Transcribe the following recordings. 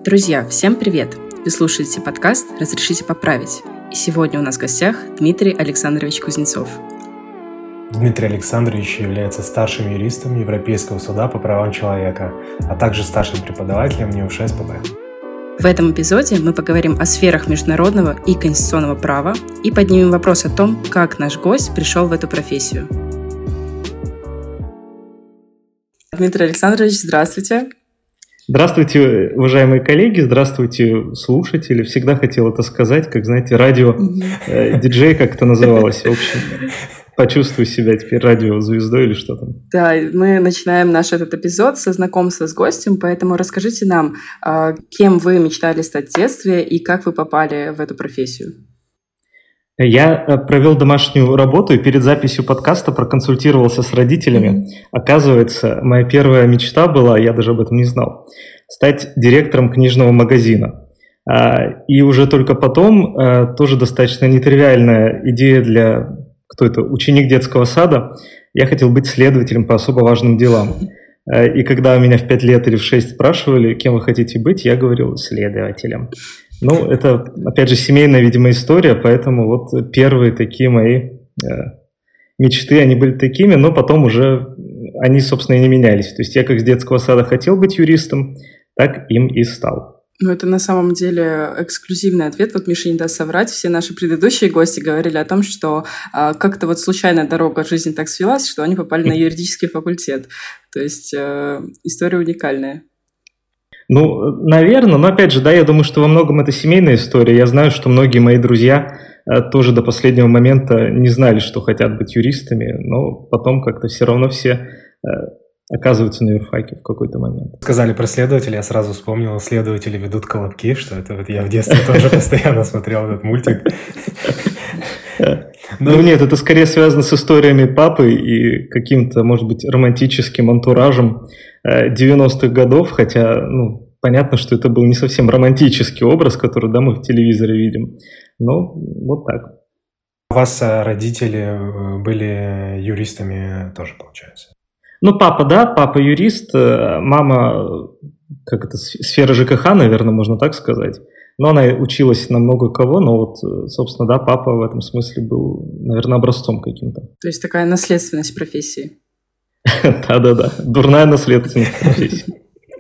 Друзья, всем привет! Вы слушаете подкаст «Разрешите поправить». И сегодня у нас в гостях Дмитрий Александрович Кузнецов. Дмитрий Александрович является старшим юристом Европейского суда по правам человека, а также старшим преподавателем НИУ ШСПБ. В этом эпизоде мы поговорим о сферах международного и конституционного права и поднимем вопрос о том, как наш гость пришел в эту профессию. Дмитрий Александрович, здравствуйте. Здравствуйте, уважаемые коллеги, здравствуйте, слушатели. Всегда хотел это сказать, как, знаете, радио-диджей, как это называлось. В общем, почувствую себя теперь радиозвездой или что там. Да, мы начинаем наш этот эпизод со знакомства с гостем, поэтому расскажите нам, кем вы мечтали стать в детстве и как вы попали в эту профессию. Я провел домашнюю работу и перед записью подкаста проконсультировался с родителями. Оказывается, моя первая мечта была, я даже об этом не знал, стать директором книжного магазина. И уже только потом, тоже достаточно нетривиальная идея для, ученик детского сада, я хотел быть следователем по особо важным делам. И когда меня в 5 лет или в 6 спрашивали, кем вы хотите быть, я говорил следователем. Ну, это, опять же, семейная, видимо, история, поэтому вот первые такие мои мечты, они были такими, но потом уже они, собственно, и не менялись. То есть я как с детского сада хотел быть юристом, так им и стал. Ну, это на самом деле эксклюзивный ответ. Вот Миша не даст соврать. Все наши предыдущие гости говорили о том, что как-то вот случайная дорога в жизни так свелась, что они попали на юридический факультет. То есть история уникальная. Ну, наверное, но опять же, да, я думаю, что во многом это семейная история. Я знаю, что многие мои друзья тоже до последнего момента не знали, что хотят быть юристами, но потом как-то все равно все оказываются на юрфаке в какой-то момент. Сказали про следователей, я сразу вспомнил, следователи ведут колобки, что это вот я в детстве тоже постоянно смотрел этот мультик. Ну нет, это скорее связано с историями папы и каким-то, может быть, романтическим антуражем 90-х годов, хотя, понятно, что это был не совсем романтический образ, который, да, мы в телевизоре видим, но вот так. У вас родители были юристами тоже, получается? Ну, папа, да, папа юрист, мама, сфера ЖКХ, наверное, можно так сказать. Но она училась на много кого, но вот, собственно, да, папа в этом смысле был, наверное, образцом каким-то. То есть такая наследственность профессии. Да-да-да, дурная наследственность профессии.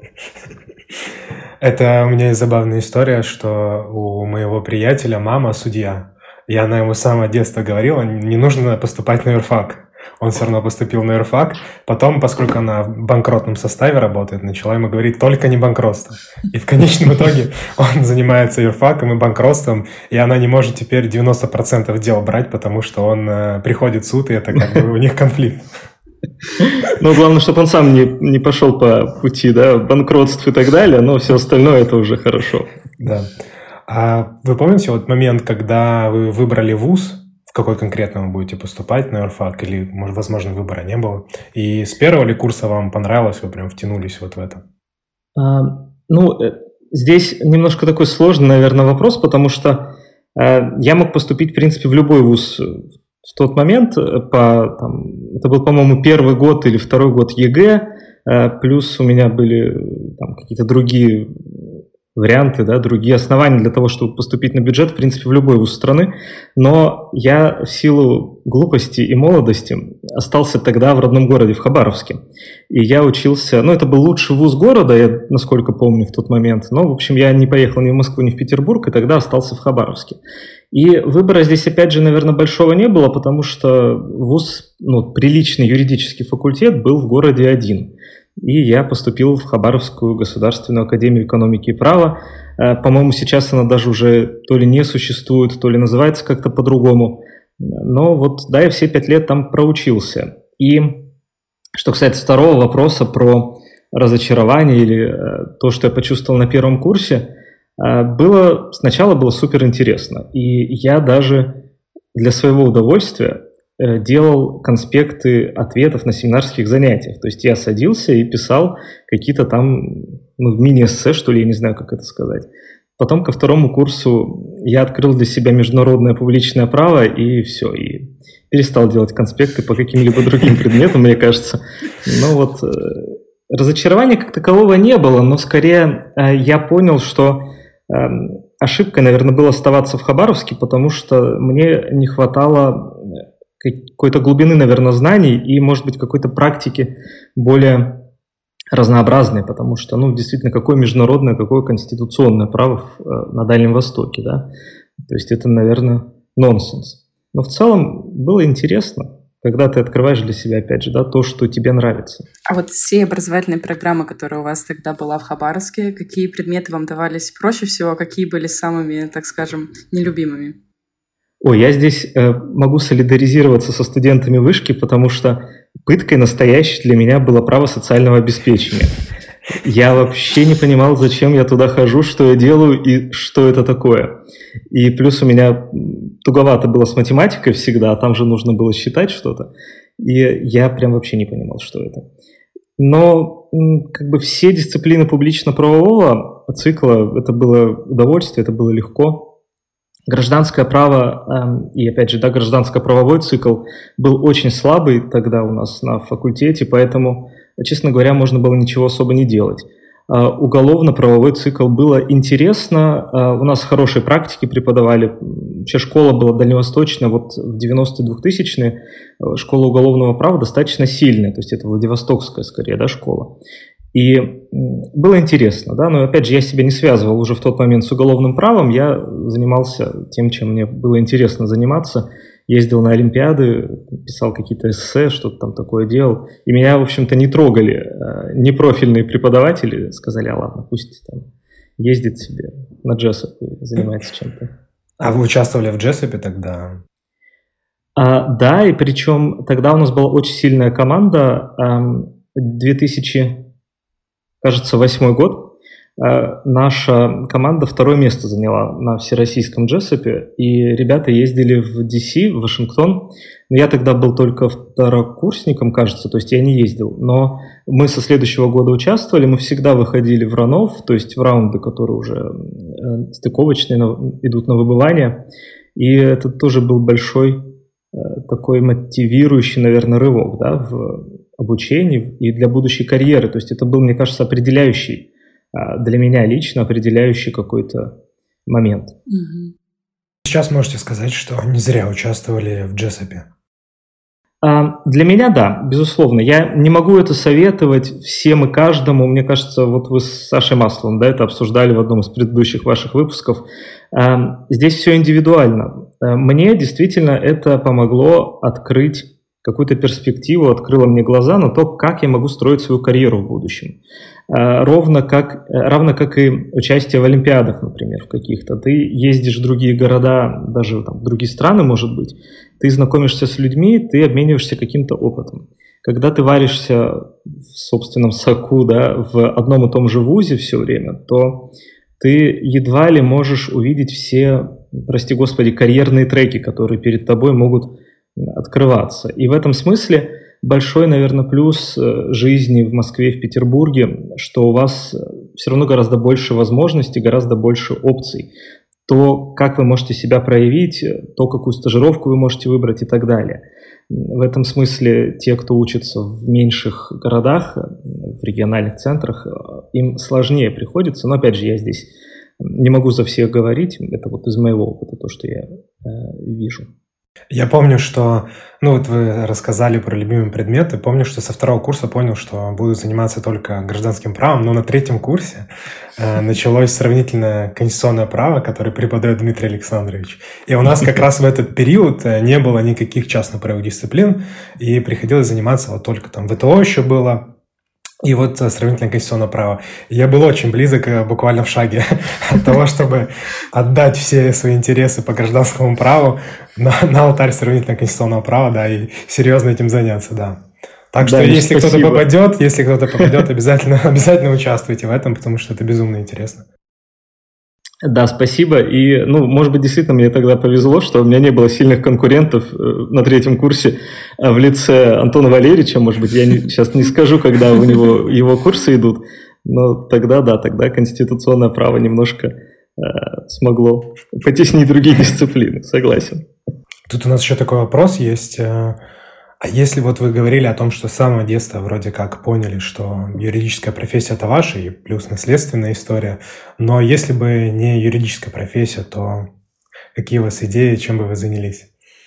Это у меня есть забавная история, что у моего приятеля мама судья. И она ему с самого детства говорила, не нужно поступать на юрфак. Он все равно поступил на юрфак. Потом, поскольку она в банкротном составе работает, начала ему говорить только не банкротство. И в конечном итоге он занимается юрфаком и банкротством, и она не может теперь 90% дел брать, потому что он приходит в суд, и это как бы у них конфликт. Ну, главное, чтобы он сам не пошел по пути, да, банкротств и так далее, но все остальное это уже хорошо. Да. А вы помните вот момент, когда вы выбрали вуз, в какой конкретно вы будете поступать на юрфак, или, может, возможно, выбора не было, и с первого ли курса вам понравилось, вы прям втянулись вот в это? Здесь немножко такой сложный, наверное, вопрос, потому что я мог поступить, в принципе, в любой вуз в тот момент. Это был, по-моему, первый год или второй год ЕГЭ, плюс у меня были какие-то другие варианты, да, другие основания для того, чтобы поступить на бюджет, в принципе, в любой вуз страны. Но я в силу глупости и молодости остался тогда в родном городе, в Хабаровске. И я учился, это был лучший вуз города, я насколько помню в тот момент. Но, в общем, я не поехал ни в Москву, ни в Петербург, и тогда остался в Хабаровске. И выбора здесь, опять же, наверное, большого не было, потому что вуз, приличный юридический факультет был в городе один. И я поступил в Хабаровскую государственную академию экономики и права. По-моему, сейчас она даже уже то ли не существует, то ли называется как-то по-другому. Но вот, да, я все 5 лет там проучился. И что касается второго вопроса про разочарование или то, что я почувствовал на первом курсе, сначала было супер интересно. И я даже для своего удовольствия делал конспекты ответов на семинарских занятиях. То есть я садился и писал какие-то там мини-эссе, что ли, я не знаю, как это сказать. Потом ко второму курсу я открыл для себя международное публичное право, и все, и перестал делать конспекты по каким-либо другим предметам, мне кажется. разочарования как такового не было, но скорее я понял, что ошибкой, наверное, было оставаться в Хабаровске, потому что мне не хватало какой-то глубины, наверное, знаний и, может быть, какой-то практики более разнообразной, потому что, действительно, какое международное, какое конституционное право на Дальнем Востоке, да? То есть это, наверное, нонсенс. Но в целом было интересно, когда ты открываешь для себя, опять же, да, то, что тебе нравится. А вот все образовательные программы, которые у вас тогда была в Хабаровске, какие предметы вам давались проще всего, а какие были самыми, так скажем, нелюбимыми? Ой, я здесь могу солидаризироваться со студентами вышки, потому что пыткой настоящей для меня было право социального обеспечения. Я вообще не понимал, зачем я туда хожу, что я делаю и что это такое. И плюс у меня туговато было с математикой всегда, а там же нужно было считать что-то. И я прям вообще не понимал, что это. Но как бы все дисциплины публично-правового цикла, это было удовольствие, это было легко. Гражданское право и, опять же, да, гражданско-правовой цикл был очень слабый тогда у нас на факультете, поэтому, честно говоря, можно было ничего особо не делать. Уголовно-правовой цикл было интересно, у нас хорошие практики преподавали, вообще школа была дальневосточная, вот в 90-е 2000-е школа уголовного права достаточно сильная, то есть это Владивостокская скорее, да, школа. И было интересно, да, но опять же я себя не связывал уже в тот момент с уголовным правом, я занимался тем, чем мне было интересно заниматься, ездил на олимпиады, писал какие-то эссе, что-то там такое делал, и меня, в общем-то, не трогали непрофильные преподаватели, сказали, ладно, пусть там ездит себе на Джессоп и занимается чем-то. А вы участвовали в Джессопе тогда? Да, и причем тогда у нас была очень сильная команда, 2008 год, наша команда второе место заняла на всероссийском Джессопе, и ребята ездили в DC, в Вашингтон, но я тогда был только второкурсником, кажется, то есть я не ездил, но мы со следующего года участвовали, мы всегда выходили в ранов, то есть в раунды, которые уже стыковочные, идут на выбывание, и это тоже был большой такой мотивирующий, наверное, рывок, да, в обучении и для будущей карьеры, то есть это был, мне кажется, определяющий для меня лично определяющий какой-то момент. Сейчас можете сказать, что не зря участвовали в Джессопе? Для меня, да, безусловно. Я не могу это советовать всем и каждому. Мне кажется, вот вы с Сашей Масловым, да, это обсуждали в одном из предыдущих ваших выпусков. Здесь все индивидуально. Мне действительно это помогло открыть какую-то перспективу, открыло мне глаза на то, как я могу строить свою карьеру в будущем. Равно как и участие в олимпиадах, например, в каких-то. Ты ездишь в другие города, даже там, в другие страны, может быть, ты знакомишься с людьми, ты обмениваешься каким-то опытом. Когда ты варишься в собственном соку, да, в одном и том же вузе все время, то ты едва ли можешь увидеть все, прости господи, карьерные треки, которые перед тобой могут открываться. И в этом смысле большой, наверное, плюс жизни в Москве и в Петербурге, что у вас все равно гораздо больше возможностей, гораздо больше опций. То, как вы можете себя проявить, то, какую стажировку вы можете выбрать и так далее. В этом смысле те, кто учится в меньших городах, в региональных центрах, им сложнее приходится. Но, опять же, я здесь не могу за всех говорить. Это вот из моего опыта то, что я вижу. Я помню, что, вот вы рассказали про любимые предметы, помню, что со второго курса понял, что буду заниматься только гражданским правом, но на третьем курсе началось сравнительное конституционное право, которое преподает Дмитрий Александрович. И у нас как раз в этот период не было никаких частно-правовых дисциплин, и приходилось заниматься вот только там ВТО еще было, и вот сравнительное конституционное право. Я был очень близок, буквально в шаге от того, чтобы отдать все свои интересы по гражданскому праву на алтарь сравнительного конституционного права, да, и серьезно этим заняться, да. Так что да, если кто-то попадет, обязательно участвуйте в этом, потому что это безумно интересно. Да, спасибо. И, может быть, действительно мне тогда повезло, что у меня не было сильных конкурентов на третьем курсе в лице Антона Валерьевича. Может быть, я сейчас не скажу, когда у него его курсы идут, но тогда конституционное право немножко смогло потеснить другие дисциплины. Согласен. Тут у нас еще такой вопрос есть. А если вот вы говорили о том, что с самого детства вроде как поняли, что юридическая профессия – это ваша, и плюс наследственная история, но если бы не юридическая профессия, то какие у вас идеи, чем бы вы занялись?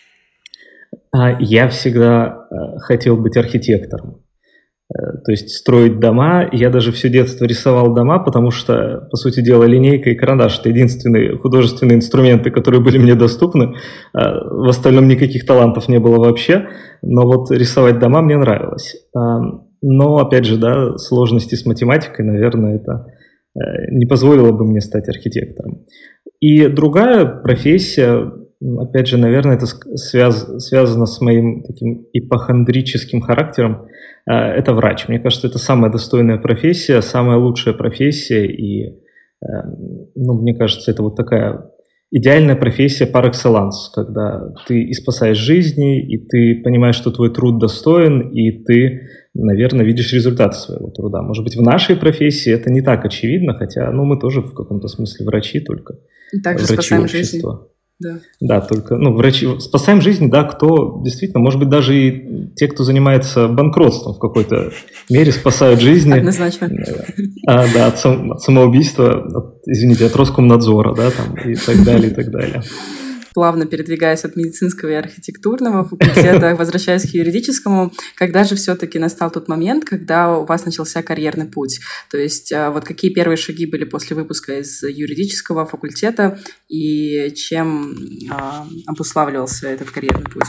Я всегда хотел быть архитектором. То есть строить дома. Я даже все детство рисовал дома, потому что, по сути дела, линейка и карандаш – это единственные художественные инструменты, которые были мне доступны. В остальном никаких талантов не было вообще. Но вот рисовать дома мне нравилось. Но, опять же, да, сложности с математикой, наверное, это не позволило бы мне стать архитектором. И другая профессия, опять же, наверное, это связано с моим таким ипохондрическим характером. Это врач. Мне кажется, это самая достойная профессия, самая лучшая профессия. И, мне кажется, это вот такая идеальная профессия par excellence, когда ты и спасаешь жизни, и ты понимаешь, что твой труд достоин, и ты, наверное, видишь результаты своего труда. Может быть, в нашей профессии это не так очевидно, хотя мы тоже в каком-то смысле врачи, только и также врачи спасаем общества. Жизни. Да. Да, только, врачи, спасаем жизни, да, кто действительно, может быть, даже и те, кто занимается банкротством в какой-то мере, спасают жизни. Однозначно. Да, от самоубийства, от Роскомнадзора, да, там, и так далее, и так далее. Плавно передвигаясь от медицинского и архитектурного факультета, возвращаясь к юридическому, когда же все-таки настал тот момент, когда у вас начался карьерный путь? То есть вот какие первые шаги были после выпуска из юридического факультета и чем обуславливался этот карьерный путь?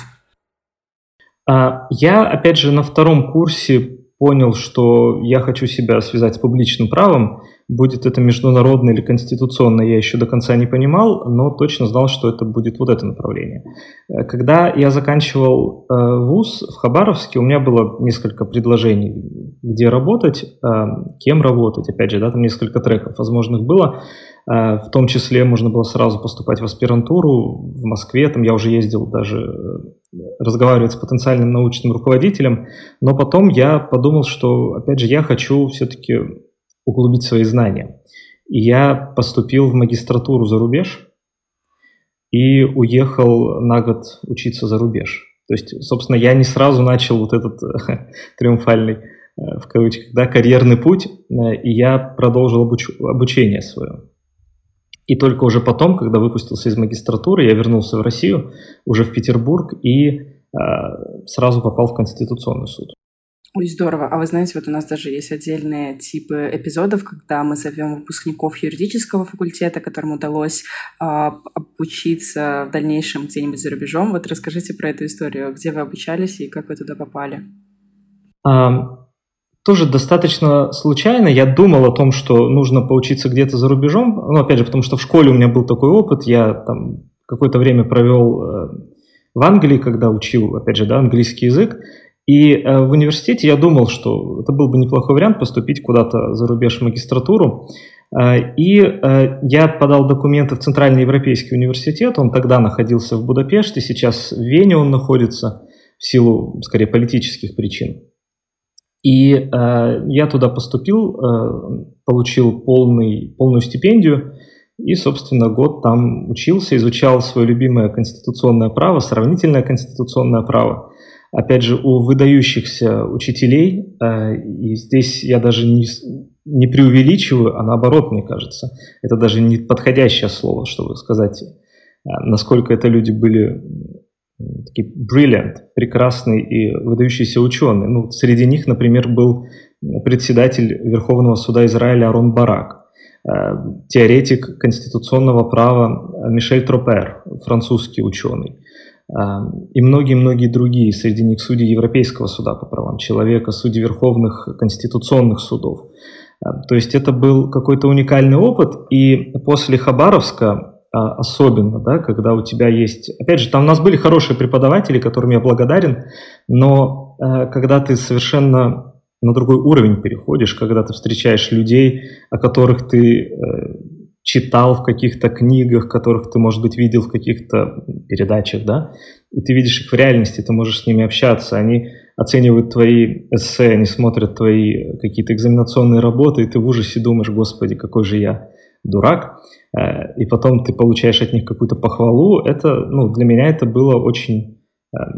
Я, опять же, на втором курсе понял, что я хочу себя связать с публичным правом. Будет это международное или конституционное, я еще до конца не понимал, но точно знал, что это будет вот это направление. Когда я заканчивал вуз в Хабаровске, у меня было несколько предложений, где работать, кем работать. Опять же, да, там несколько треков возможных было. В том числе можно было сразу поступать в аспирантуру в Москве. Там я уже ездил даже разговаривать с потенциальным научным руководителем. Но потом я подумал, что, опять же, я хочу все-таки углубить свои знания. И я поступил в магистратуру за рубеж и уехал на год учиться за рубеж. То есть, собственно, я не сразу начал вот этот триумфальный, в кавычках, да, карьерный путь, и я продолжил обучение свое. И только уже потом, когда выпустился из магистратуры, я вернулся в Россию, уже в Петербург, и сразу попал в Конституционный суд. Ой, здорово. А вы знаете, вот у нас даже есть отдельные типы эпизодов, когда мы зовем выпускников юридического факультета, которым удалось обучиться в дальнейшем где-нибудь за рубежом. Вот расскажите про эту историю. Где вы обучались и как вы туда попали? Тоже достаточно случайно. Я думал о том, что нужно поучиться где-то за рубежом. Опять же, потому что в школе у меня был такой опыт. Я там какое-то время провел в Англии, когда учил, опять же, да, английский язык. И в университете я думал, что это был бы неплохой вариант поступить куда-то за рубеж в магистратуру. И я подал документы в Центральный Европейский университет. Он тогда находился в Будапеште, сейчас в Вене он находится в силу, скорее, политических причин. И я туда поступил, получил полную стипендию и, собственно, год там учился, изучал свое любимое конституционное право, сравнительное конституционное право. Опять же, у выдающихся учителей, и здесь я даже не преувеличиваю, а наоборот, мне кажется, это даже не подходящее слово, чтобы сказать, насколько это люди были такие brilliant, прекрасные и выдающиеся ученые. Среди них, например, был председатель Верховного суда Израиля Арон Барак, теоретик конституционного права Мишель Тропер, французский ученый, и многие-многие другие, среди них судьи Европейского суда по правам человека, судьи Верховных конституционных судов. То есть это был какой-то уникальный опыт, и после Хабаровска особенно, да, когда у тебя есть... Опять же, там у нас были хорошие преподаватели, которым я благодарен, но когда ты совершенно на другой уровень переходишь, когда ты встречаешь людей, о которых ты читал в каких-то книгах, которых ты, может быть, видел в каких-то передачах, да, и ты видишь их в реальности, ты можешь с ними общаться, они оценивают твои эссе, они смотрят твои какие-то экзаменационные работы, и ты в ужасе думаешь: господи, какой же я дурак, и потом ты получаешь от них какую-то похвалу. Это, для меня это было очень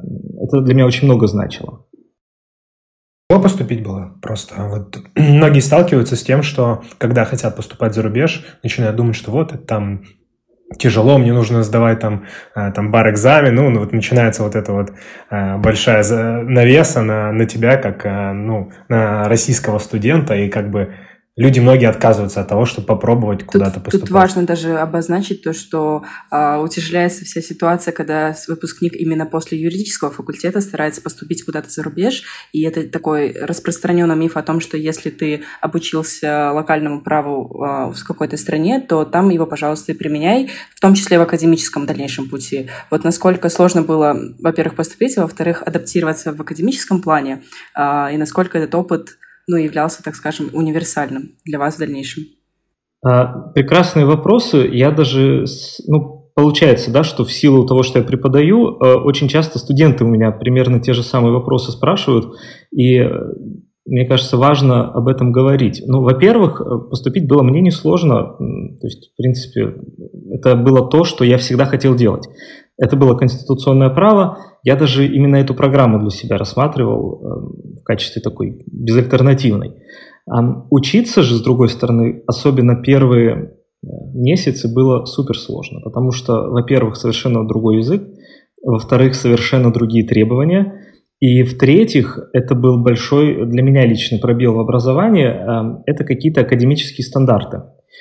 это для меня очень много значило. Поступить было просто. Вот многие сталкиваются с тем, что когда хотят поступать за рубеж, начинают думать, что вот это там тяжело, мне нужно сдавать там бар-экзамен, ну вот начинается вот эта вот большая навеса на тебя, как на российского студента, и как бы люди многие отказываются от того, чтобы попробовать куда-то поступать. Тут важно даже обозначить то, что утяжеляется вся ситуация, когда выпускник именно после юридического факультета старается поступить куда-то за рубеж, и это такой распространенный миф о том, что если ты обучился локальному праву в какой-то стране, то там его, пожалуйста, и применяй, в том числе в академическом дальнейшем пути. Вот насколько сложно было, во-первых, поступить, а во-вторых, адаптироваться в академическом плане, и насколько этот опыт являлся, так скажем, универсальным для вас в дальнейшем? Прекрасные вопросы. Я даже, получается, да, что в силу того, что я преподаю, очень часто студенты у меня примерно те же самые вопросы спрашивают, и мне кажется, важно об этом говорить. Во-первых, поступить было мне несложно, то есть, в принципе, это было то, что я всегда хотел делать. Это было конституционное право. Я даже именно эту программу для себя рассматривал в качестве такой безальтернативной. Учиться же, с другой стороны, особенно первые месяцы, было суперсложно, потому что, во-первых, совершенно другой язык, во-вторых, совершенно другие требования, и в-третьих, это был большой для меня личный пробел в образовании, это какие-то академические стандарты.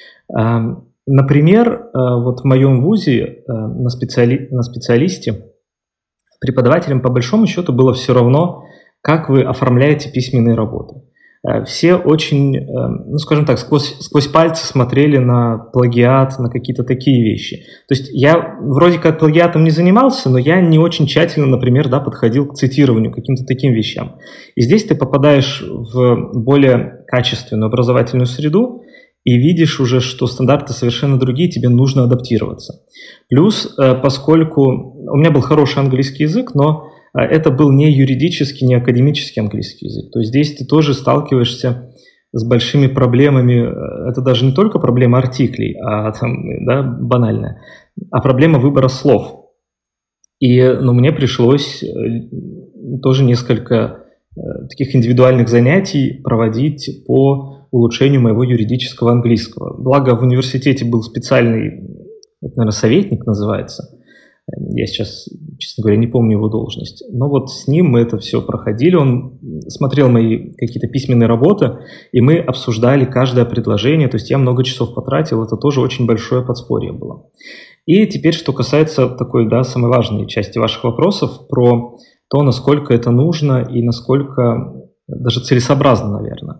Например, вот в моем вузе на специалисте преподавателям по большому счету было все равно, как вы оформляете письменные работы. Все очень, скажем так, сквозь пальцы смотрели на плагиат, на какие-то такие вещи. То есть я вроде как плагиатом не занимался, но я не очень тщательно, например, подходил к цитированию, к каким-то таким вещам. И здесь ты попадаешь в более качественную образовательную среду, и видишь уже, что стандарты совершенно другие, тебе нужно адаптироваться. Плюс, поскольку у меня был хороший английский язык, но это был не юридический, не академический английский язык. То есть здесь ты тоже сталкиваешься с большими проблемами. Это даже не только проблема артиклей, банальная, а проблема выбора слов. И мне пришлось тоже несколько таких индивидуальных занятий проводить по улучшению моего юридического английского. Благо в университете был специальный, это, наверное, советник называется. Я сейчас, честно говоря, не помню его должность. Но вот с ним мы это все проходили. Он смотрел мои какие-то письменные работы, и мы обсуждали каждое предложение. То есть я много часов потратил. Это тоже очень большое подспорье было. И теперь, что касается такой, самой важной части ваших вопросов, про то, насколько это нужно и насколько даже целесообразно, наверное.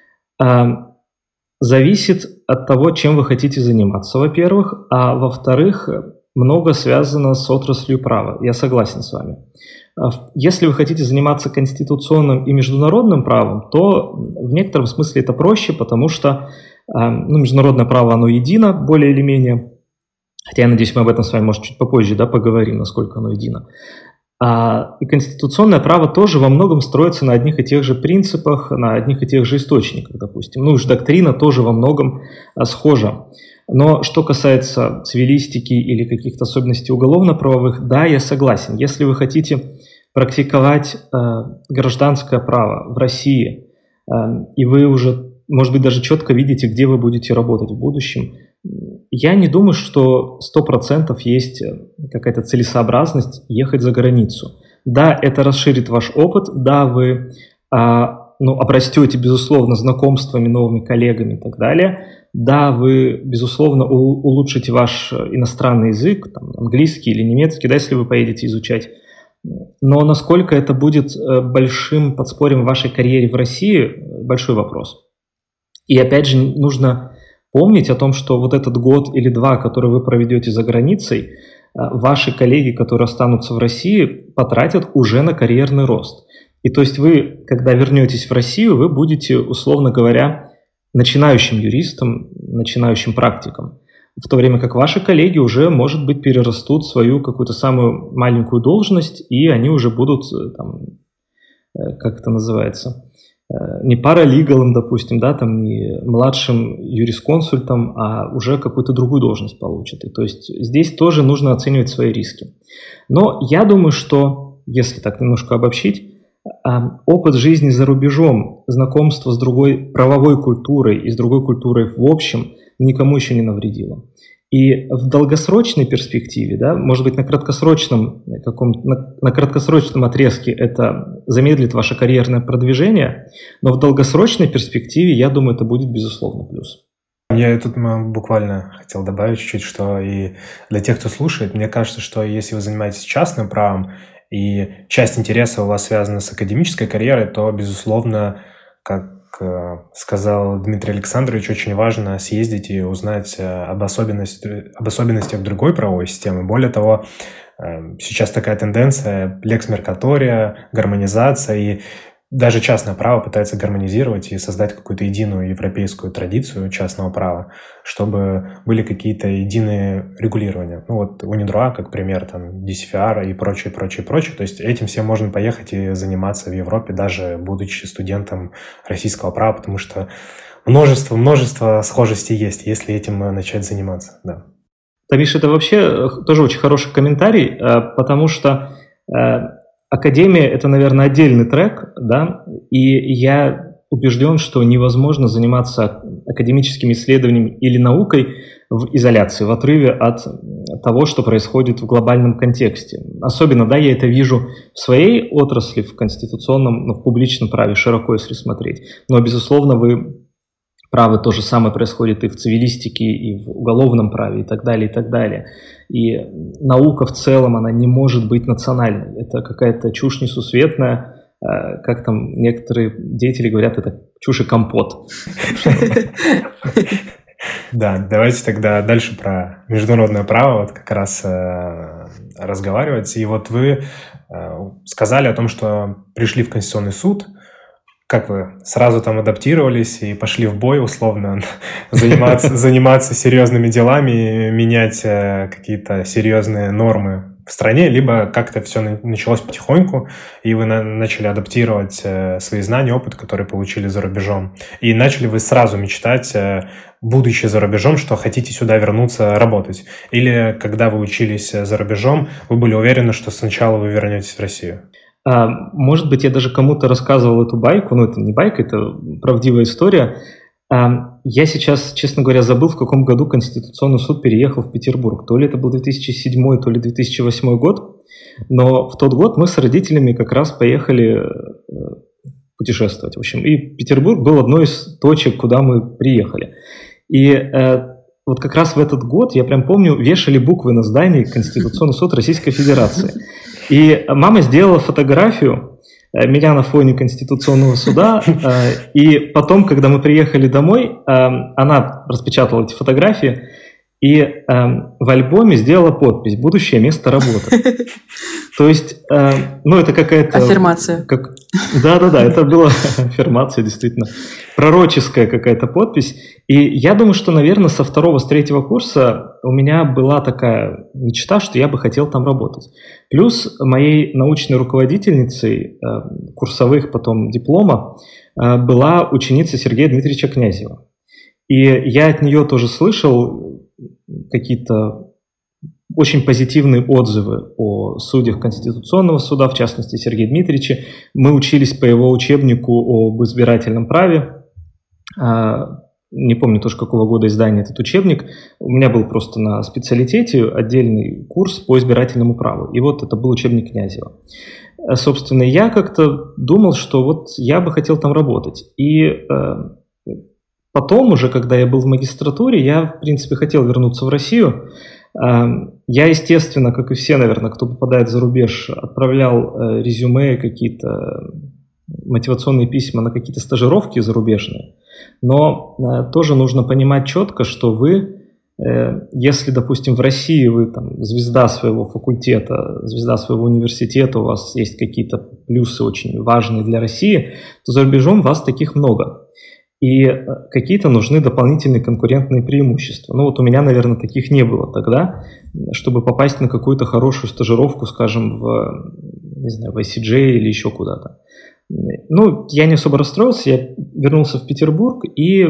Зависит от того, чем вы хотите заниматься, во-первых, а во-вторых, много связано с отраслью права. Я согласен с вами. Если вы хотите заниматься конституционным и международным правом, то в некотором смысле это проще, потому что международное право, оно едино, более или менее. Хотя я надеюсь, мы об этом с вами, может, чуть попозже поговорим, насколько оно едино. И конституционное право тоже во многом строится на одних и тех же принципах, на одних и тех же источниках, допустим. Доктрина тоже во многом схожа. Но что касается цивилистики или каких-то особенностей уголовно-правовых, да, я согласен. Если вы хотите практиковать гражданское право в России, и вы уже, может быть, даже четко видите, где вы будете работать в будущем, я не думаю, что 100% есть какая-то целесообразность ехать за границу. Да, это расширит ваш опыт, да, вы обрастете, безусловно, знакомствами, новыми коллегами и так далее. Да, вы, безусловно, улучшите ваш иностранный язык, английский или немецкий, если вы поедете изучать. Но насколько это будет большим подспорьем в вашей карьере в России – большой вопрос. И опять же, нужно помнить о том, что вот этот год или два, который вы проведете за границей, ваши коллеги, которые останутся в России, потратят уже на карьерный рост. И то есть вы, когда вернетесь в Россию, вы будете, условно говоря, начинающим юристом, начинающим практиком. В то время как ваши коллеги уже, может быть, перерастут свою какую-то самую маленькую должность, и они уже будут, как это называется, не паралигалом, допустим, не младшим юрисконсультом, а уже какую-то другую должность получат. И то есть здесь тоже нужно оценивать свои риски. Но я думаю, что если так немножко обобщить, опыт жизни за рубежом, знакомство с другой правовой культурой и с другой культурой в общем никому еще не навредило. И в долгосрочной перспективе, да, может быть, на краткосрочном отрезке это замедлит ваше карьерное продвижение, но в долгосрочной перспективе, я думаю, это будет безусловно плюс. Я тут буквально хотел добавить чуть-чуть, что и для тех, кто слушает, мне кажется, что если вы занимаетесь частным правом, и часть интереса у вас связана с академической карьерой, то, безусловно, как сказал Дмитрий Александрович, очень важно съездить и узнать об особенностях другой правовой системы. Более того, сейчас такая тенденция Lex Mercatoria, гармонизация, и даже частное право пытается гармонизировать и создать какую-то единую европейскую традицию частного права, чтобы были какие-то единые регулирования. Ну вот Унидроа, как пример, там, DCFR и прочее. То есть этим всем можно поехать и заниматься в Европе, даже будучи студентом российского права, потому что множество схожестей есть, если этим начать заниматься. Да. Тамиш, это вообще тоже очень хороший комментарий, потому что академия – это, наверное, отдельный трек, да, и я убежден, что невозможно заниматься академическими исследованиями или наукой в изоляции, в отрыве от того, что происходит в глобальном контексте. Особенно, да, я это вижу в своей отрасли, в конституционном, в публичном праве, широко, если смотреть. Но, безусловно, вы правы, то же самое происходит и в цивилистике, и в уголовном праве, и так далее, и так далее. И наука в целом, она не может быть национальной. Это какая-то чушь несусветная, как там некоторые деятели говорят, это чушь и компот. Да, давайте тогда дальше про международное право вот как раз разговаривать. И вот вы сказали о том, что пришли в Конституционный суд. Как вы сразу там адаптировались и пошли в бой, условно, заниматься серьезными делами, менять какие-то серьезные нормы в стране, либо как-то все началось потихоньку, и вы начали адаптировать свои знания, опыт, который получили за рубежом, и начали вы сразу мечтать, будучи за рубежом, что хотите сюда вернуться работать? Или когда вы учились за рубежом, вы были уверены, что сначала вы вернетесь в Россию? Может быть, я даже кому-то рассказывал эту байку, но это не байка, это правдивая история. Я сейчас, честно говоря, забыл, в каком году Конституционный суд переехал в Петербург. То ли это был 2007, то ли 2008 год. Но в тот год мы с родителями как раз поехали путешествовать. В общем, и Петербург был одной из точек, куда мы приехали. И вот как раз в этот год, я прям помню, вешали буквы на здании Конституционный суд Российской Федерации. И мама сделала фотографию меня на фоне Конституционного суда, и потом, когда мы приехали домой, она распечатала эти фотографии и в альбоме сделала подпись «Будущее место работы». То есть, ну, это какая-то... Аффирмация. Да-да-да, это была аффирмация, действительно. Пророческая какая-то подпись. И я думаю, что, наверное, со 2-го, с 3-го курса у меня была такая мечта, что я бы хотел там работать. Плюс моей научной руководительницей курсовых потом диплома была ученица Сергея Дмитриевича Князева. И я от нее тоже слышал какие-то очень позитивные отзывы о судьях Конституционного суда, в частности, Сергея Дмитриевича. Мы учились по его учебнику об избирательном праве. Не помню тоже, какого года издания этот учебник. У меня был просто на специалитете отдельный курс по избирательному праву. И вот это был учебник Князева. Собственно, я как-то думал, что вот я бы хотел там работать. И потом уже, когда я был в магистратуре, я, в принципе, хотел вернуться в Россию. Я, естественно, как и все, наверное, кто попадает за рубеж, отправлял резюме, какие-то мотивационные письма на какие-то стажировки зарубежные. Но тоже нужно понимать четко, что вы, если, допустим, в России вы там звезда своего факультета, звезда своего университета, у вас есть какие-то плюсы очень важные для России, то за рубежом вас таких много. И какие-то нужны дополнительные конкурентные преимущества. Ну вот у меня, наверное, таких не было тогда, чтобы попасть на какую-то хорошую стажировку, скажем, не знаю, в ICJ или еще куда-то. Ну, я не особо расстроился, я вернулся в Петербург, и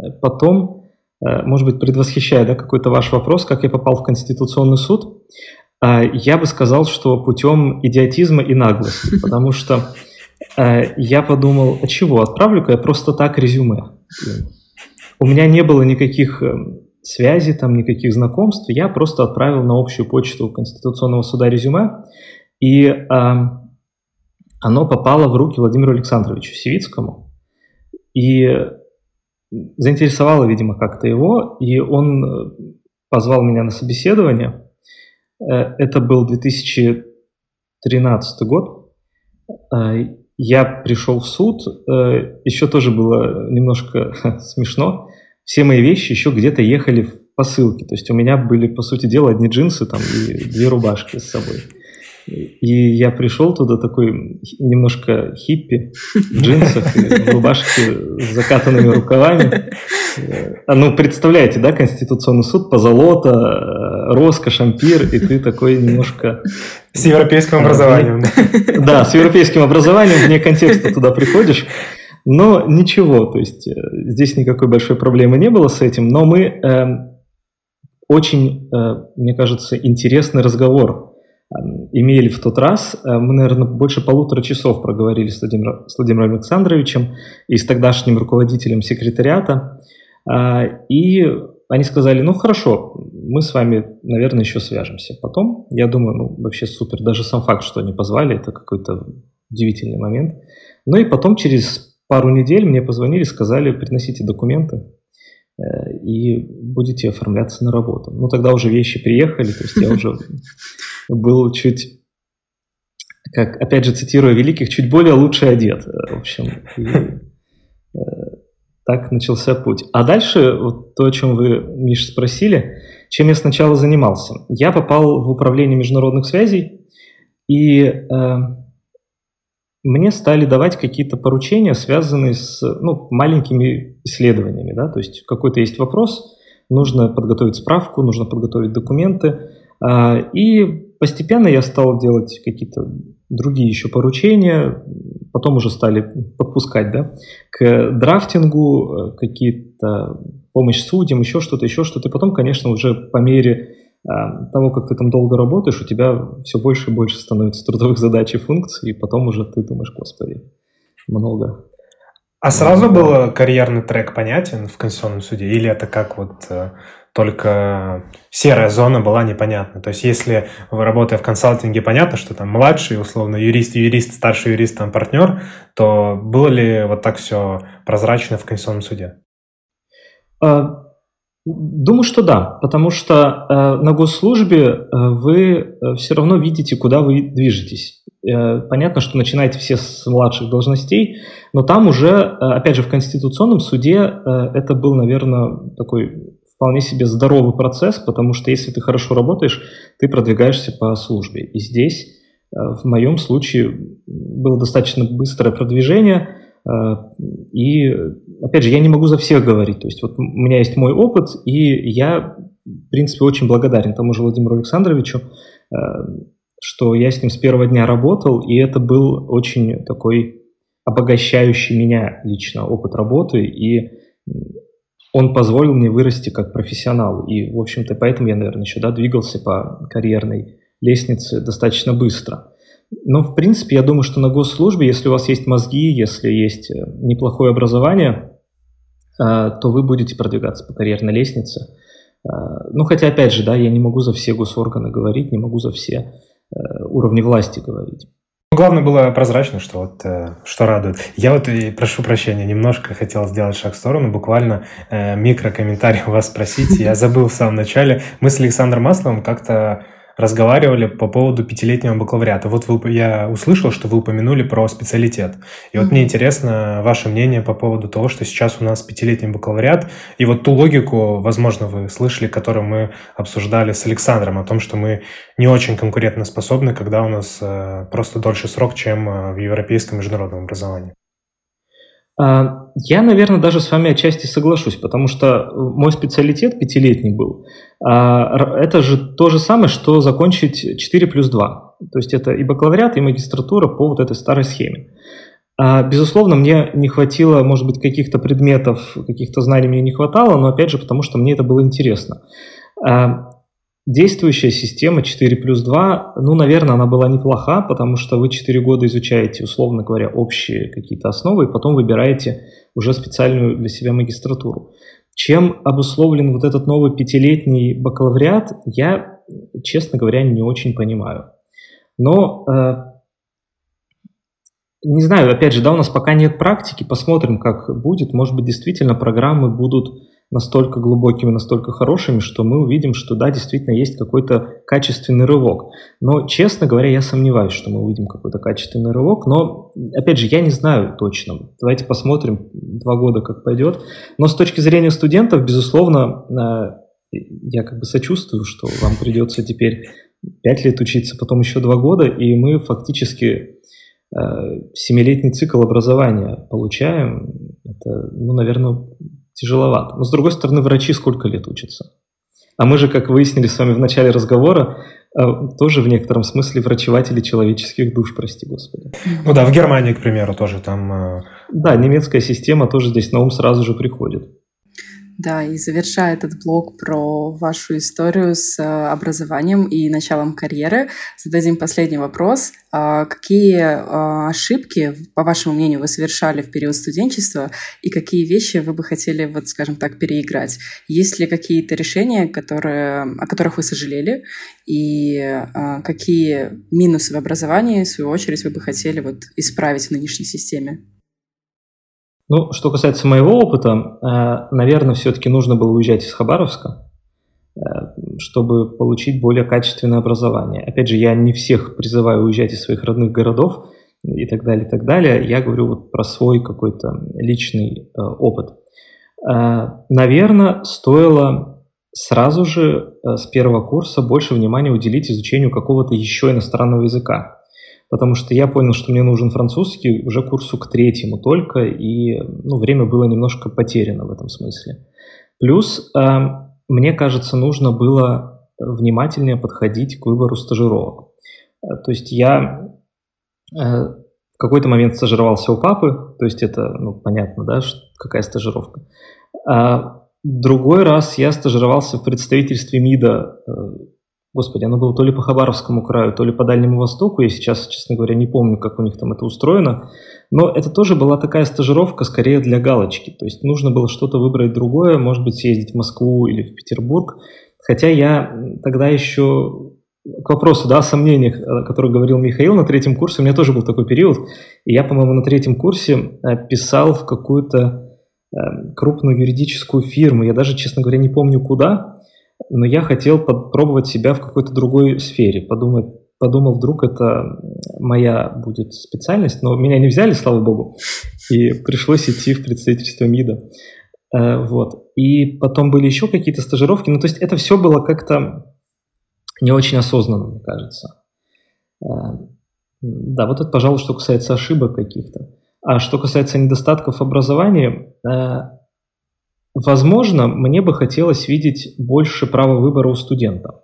потом, может быть, предвосхищая, да, какой-то ваш вопрос, как я попал в Конституционный суд, Я бы сказал, что путем идиотизма и наглости, потому что я подумал, а чего, отправлю-ка я просто так резюме. У меня не было никаких связей, там, никаких знакомств, я просто отправил на общую почту Конституционного суда резюме, и оно попало в руки Владимиру Александровичу Сивицкому, и заинтересовало, видимо, как-то его, и он позвал меня на собеседование. Это был 2013 год. Я пришел в суд, еще тоже было немножко смешно. Все мои вещи еще где-то ехали в посылке. То есть у меня были, по сути дела, одни джинсы там, и 2 рубашки с собой. И я пришел туда такой немножко хиппи в джинсах и в рубашке с закатанными рукавами. Ну, представляете, да, Конституционный суд, позолота, роскошь, ампир, и ты такой немножко... С европейским образованием. Да, с европейским образованием, вне контекста туда приходишь. Но ничего, то есть здесь никакой большой проблемы не было с этим, но мы очень, мне кажется, интересный разговор имели в тот раз. Мы, наверное, больше 1,5 часов проговорили с Владимиром Александровичем и с тогдашним руководителем секретариата. И они сказали, ну хорошо, мы с вами, наверное, еще свяжемся. Потом, я думаю, ну вообще супер, даже сам факт, что они позвали, это какой-то удивительный момент. Ну и потом через пару недель мне позвонили, сказали, приносите документы и будете оформляться на работу. Ну тогда уже вещи приехали, то есть я уже был чуть, как, опять же, цитируя великих, чуть более лучше одет. В общем, так начался путь. А дальше, вот то, о чем вы, Миш, спросили, чем я сначала занимался. Я попал в управление международных связей, и мне стали давать какие-то поручения, связанные с маленькими исследованиями. Да? То есть какой-то есть вопрос, нужно подготовить справку, нужно подготовить документы. И постепенно я стал делать какие-то другие еще поручения, потом уже стали подпускать, да, к драфтингу, какие-то помощь судьям, еще что-то. И потом, конечно, уже по мере того, как ты там долго работаешь, у тебя все больше и больше становится трудовых задач и функций, и потом уже ты думаешь, господи, много. А сразу был карьерный трек понятен в Конституционном суде? Или это как вот только серая зона была непонятна? То есть если вы, работая в консалтинге, понятно, что там младший, условно, юрист, старший юрист, там партнер, то было ли вот так все прозрачно в Конституционном суде? Думаю, что да, потому что на госслужбе вы все равно видите, куда вы движетесь. Понятно, что начинаете все с младших должностей, но там уже, опять же, в Конституционном суде это был, наверное, такой вполне себе здоровый процесс, потому что если ты хорошо работаешь, ты продвигаешься по службе. И здесь, в моем случае, было достаточно быстрое продвижение. И, опять же, я не могу за всех говорить. То есть вот у меня есть мой опыт, и я, в принципе, очень благодарен тому же Владимиру Александровичу, что я с ним с первого дня работал, и это был очень такой обогащающий меня лично опыт работы, и он позволил мне вырасти как профессионал. И, в общем-то, поэтому я, наверное, еще двигался по карьерной лестнице достаточно быстро. Но, в принципе, я думаю, что на госслужбе, если у вас есть мозги, если есть неплохое образование, то вы будете продвигаться по карьерной лестнице. Ну, хотя, опять же, да, я не могу за все госорганы говорить, не могу за все уровни власти говорить. Главное было прозрачно, что вот что радует. Я вот, и прошу прощения, немножко хотел сделать шаг в сторону, буквально микрокомментарий у вас спросить. Я забыл в самом начале. Мы с Александром Масловым как-то разговаривали по поводу 5-летнего бакалавриата. Вот я услышал, что вы упомянули про специалитет. И вот мне интересно ваше мнение по поводу того, что сейчас у нас 5-летний бакалавриат, и вот ту логику, возможно, вы слышали, которую мы обсуждали с Александром, о том, что мы не очень конкурентоспособны, когда у нас просто дольше срок, чем в европейском международном образовании. Я, наверное, даже с вами отчасти соглашусь, потому что мой специалитет 5-летний был. Это же то же самое, что закончить 4+2. То есть это и бакалавриат, и магистратура по вот этой старой схеме. Безусловно, мне не хватило, может быть, каких-то предметов, каких-то знаний мне не хватало, но опять же, потому что мне это было интересно. Действующая система 4+2, ну, наверное, она была неплоха, потому что вы 4 года изучаете, условно говоря, общие какие-то основы, и потом выбираете уже специальную для себя магистратуру. Чем обусловлен вот этот новый 5-летний бакалавриат, я, честно говоря, не очень понимаю. Но, не знаю, опять же, да, у нас пока нет практики, посмотрим, как будет. Может быть, действительно программы будут настолько глубокими, настолько хорошими, что мы увидим, что да, действительно есть какой-то качественный рывок. Но, честно говоря, я сомневаюсь, что мы увидим какой-то качественный рывок. Но, опять же, я не знаю точно. Давайте посмотрим 2 года, как пойдет. Но с точки зрения студентов, безусловно, я как бы сочувствую, что вам придется теперь 5 лет учиться, потом еще 2 года, и мы фактически 7-летний цикл образования получаем. Это, ну, наверное, тяжеловато. Но, с другой стороны, врачи сколько лет учатся? А мы же, как выяснили с вами в начале разговора, тоже в некотором смысле врачеватели человеческих душ, прости господи. Ну да, в Германии, к примеру, тоже там... Да, немецкая система тоже здесь на ум сразу же приходит. Да, и завершая этот блог про вашу историю с образованием и началом карьеры, зададим последний вопрос. Какие ошибки, по вашему мнению, вы совершали в период студенчества и какие вещи вы бы хотели, вот, скажем так, переиграть? Есть ли какие-то решения, о которых вы сожалели, и какие минусы в образовании, в свою очередь, вы бы хотели вот исправить в нынешней системе? Ну, что касается моего опыта, наверное, все-таки нужно было уезжать из Хабаровска, чтобы получить более качественное образование. Опять же, я не всех призываю уезжать из своих родных городов и так далее, и так далее. Я говорю вот про свой какой-то личный опыт. Наверное, стоило сразу же с первого курса больше внимания уделить изучению какого-то еще иностранного языка. Потому что я понял, что мне нужен французский уже курсу к 3-му только, и время было немножко потеряно в этом смысле. Плюс, мне кажется, нужно было внимательнее подходить к выбору стажировок. То есть я в какой-то момент стажировался у папы, то есть это, понятно, да, какая стажировка. Другой раз я стажировался в представительстве МИДа. Господи, оно было то ли по Хабаровскому краю, то ли по Дальнему Востоку. Я сейчас, честно говоря, не помню, как у них там это устроено. Но это тоже была такая стажировка, скорее для галочки. То есть нужно было что-то выбрать другое, может быть, съездить в Москву или в Петербург. Хотя я тогда еще... К вопросу, да, о сомнениях, о которых говорил Михаил, на 3-м курсе у меня тоже был такой период. И я, по-моему, на 3-м курсе писал в какую-то крупную юридическую фирму. Я даже, честно говоря, не помню куда. Но я хотел попробовать себя в какой-то другой сфере. Подумал, вдруг это моя будет специальность. Но меня не взяли, слава богу. И пришлось идти в представительство МИДа. Вот. И потом были еще какие-то стажировки. То есть это все было как-то не очень осознанно, мне кажется. Да, вот это, пожалуй, что касается ошибок каких-то. А что касается недостатков образования... Возможно, мне бы хотелось видеть больше права выбора у студента.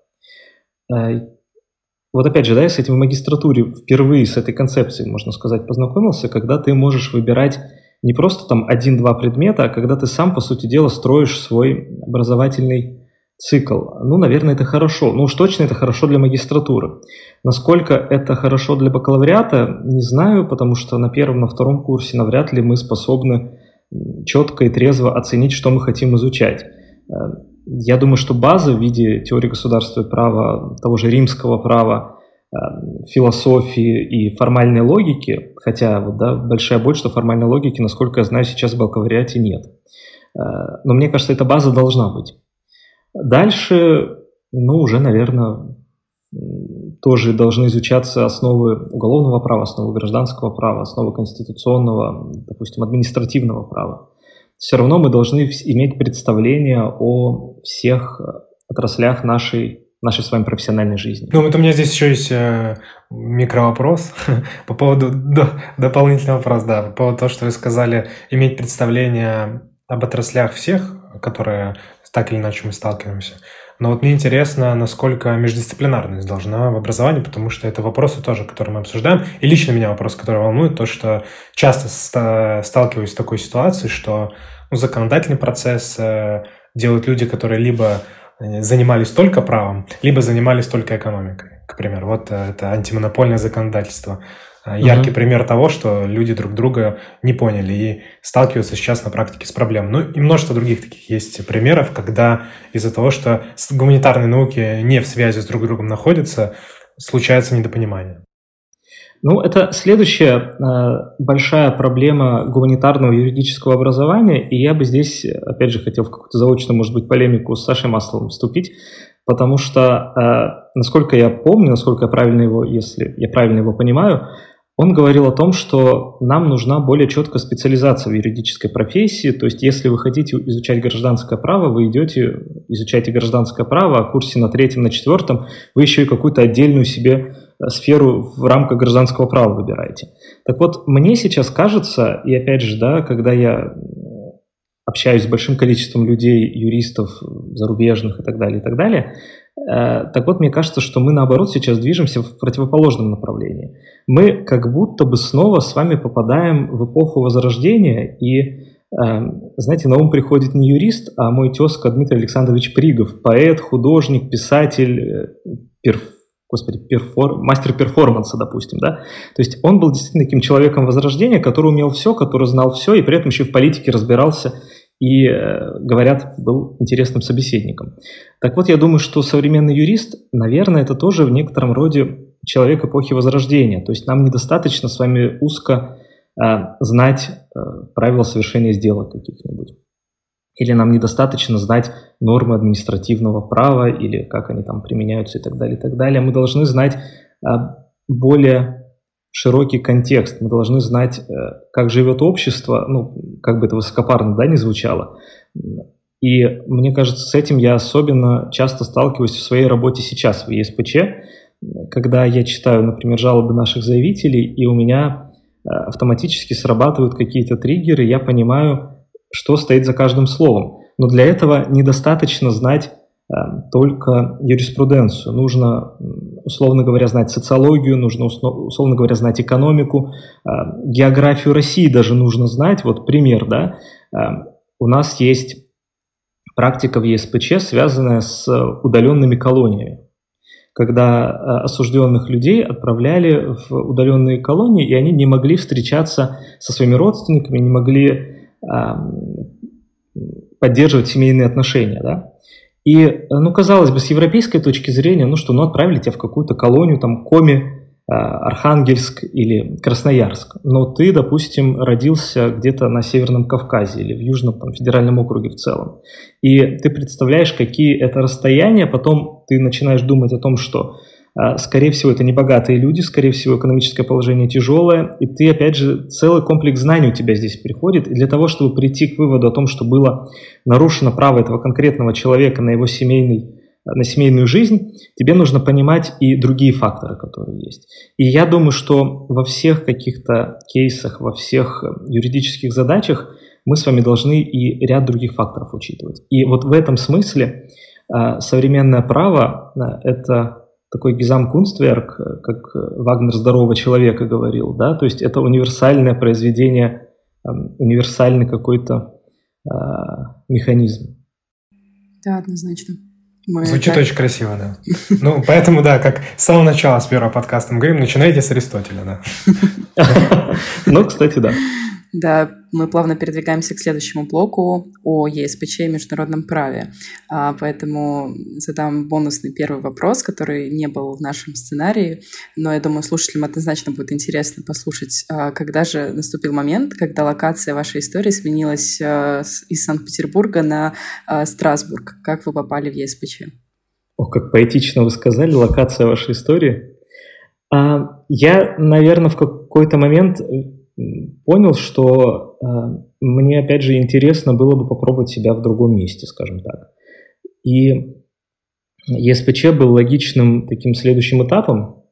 Вот опять же, да, я с этим в магистратуре впервые с этой концепцией, можно сказать, познакомился, когда ты можешь выбирать не просто там 1-2 предмета, а когда ты сам, по сути дела, строишь свой образовательный цикл. Наверное, это хорошо. Уж точно это хорошо для магистратуры. Насколько это хорошо для бакалавриата, не знаю, потому что на 1-м, на 2-м курсе навряд ли мы способны четко и трезво оценить, что мы хотим изучать. Я думаю, что база в виде теории государства и права, того же римского права, философии и формальной логики, хотя большая боль, что формальной логики, насколько я знаю, сейчас в бакалавриате нет. Но мне кажется, эта база должна быть. Дальше, уже, наверное, тоже должны изучаться основы уголовного права, основы гражданского права, основы конституционного, допустим, административного права. Все равно мы должны иметь представление о всех отраслях нашей с вами профессиональной жизни. Вот у меня здесь еще есть микровопрос по поводу, дополнительный вопрос, да, по поводу того, что вы сказали, иметь представление об отраслях всех, которые так или иначе мы сталкиваемся. Но мне интересно, насколько междисциплинарность должна в образовании, потому что это вопросы тоже, которые мы обсуждаем. И лично меня вопрос, который волнует, то, что часто сталкиваюсь с такой ситуацией, что законодательный процесс делают люди, которые либо занимались только правом, либо занимались только экономикой, к примеру. Вот это антимонопольное законодательство. Яркий пример того, что люди друг друга не поняли и сталкиваются сейчас на практике с проблемой. Ну и множество других таких есть примеров, когда из-за того, что гуманитарные науки не в связи с друг другом находятся, случается недопонимание. Ну, это следующая большая проблема гуманитарного юридического образования, и я бы здесь, опять же, хотел в какую-то заочную, может быть, полемику с Сашей Масловым вступить, потому что, насколько я помню, насколько я правильно его, если я правильно его понимаю, он говорил о том, что нам нужна более четкая специализация в юридической профессии, то есть если вы хотите изучать гражданское право, вы изучаете гражданское право, а в курсе на 3-м, на 4-м вы еще и какую-то отдельную себе сферу в рамках гражданского права выбираете. Так вот, мне сейчас кажется, и опять же, да, когда я общаюсь с большим количеством людей, юристов, зарубежных и так далее, так вот, мне кажется, что мы, наоборот, сейчас движемся в противоположном направлении. Мы как будто бы снова с вами попадаем в эпоху Возрождения, и, знаете, на ум приходит не юрист, а мой тезка Дмитрий Александрович Пригов, поэт, художник, писатель, мастер перформанса, допустим, да. То есть он был действительно таким человеком Возрождения, который умел все, который знал все, и при этом еще в политике разбирался и, говорят, был интересным собеседником. Так вот, я думаю, что современный юрист, наверное, это тоже в некотором роде человек эпохи Возрождения. То есть нам недостаточно с вами узко знать правила совершения сделок каких-нибудь. Или нам недостаточно знать нормы административного права, или как они там применяются и так далее, и так далее. Мы должны знать более широкий контекст, мы должны знать, как живет общество, ну, как бы это высокопарно, да, не звучало. И мне кажется, с этим я особенно часто сталкиваюсь в своей работе сейчас в ЕСПЧ, когда я читаю, например, жалобы наших заявителей, и у меня автоматически срабатывают какие-то триггеры, я понимаю, что стоит за каждым словом. Но для этого недостаточно знать только юриспруденцию. Нужно, условно говоря, знать социологию, нужно, условно говоря, знать экономику, географию России даже нужно знать. Вот пример, да. У нас есть практика в ЕСПЧ, связанная с удаленными колониями, когда осужденных людей отправляли в удаленные колонии, и они не могли встречаться со своими родственниками, не могли поддерживать семейные отношения, да. И, ну, казалось бы, с европейской точки зрения, отправили тебя в какую-то колонию, там, Коми, Архангельск или Красноярск, но ты, допустим, родился где-то на Северном Кавказе или в Южном там, федеральном округе в целом, и ты представляешь, какие это расстояния, потом ты начинаешь думать о том, что, скорее всего, это небогатые люди, скорее всего, экономическое положение тяжелое, и ты, опять же, целый комплекс знаний у тебя здесь приходит, и для того, чтобы прийти к выводу о том, что было нарушено право этого конкретного человека на его семейную жизнь, тебе нужно понимать и другие факторы, которые есть. И я думаю, что во всех каких-то кейсах, во всех юридических задачах мы с вами должны и ряд других факторов учитывать. И вот в этом смысле современное право – это такой Gesamtkunstwerk, как Вагнер «Здорового человека» говорил, да, то есть это универсальное произведение, универсальный какой-то механизм. Да, однозначно. Звучит очень красиво, да. Ну, поэтому, да, как с самого начала, с первого подкаста мы говорим, начинайте с Аристотеля, да. Ну, кстати, да. Да, мы плавно передвигаемся к следующему блоку о ЕСПЧ и международном праве. Поэтому задам бонусный первый вопрос, который не был в нашем сценарии, но я думаю, слушателям однозначно будет интересно послушать, когда же наступил момент, когда локация вашей истории сменилась из Санкт-Петербурга на Страсбург. Как вы попали в ЕСПЧ? Ох, как поэтично вы сказали, локация вашей истории. Я, наверное, в какой-то момент понял, что мне, опять же, интересно было бы попробовать себя в другом месте, скажем так. И ЕСПЧ был логичным таким следующим этапом.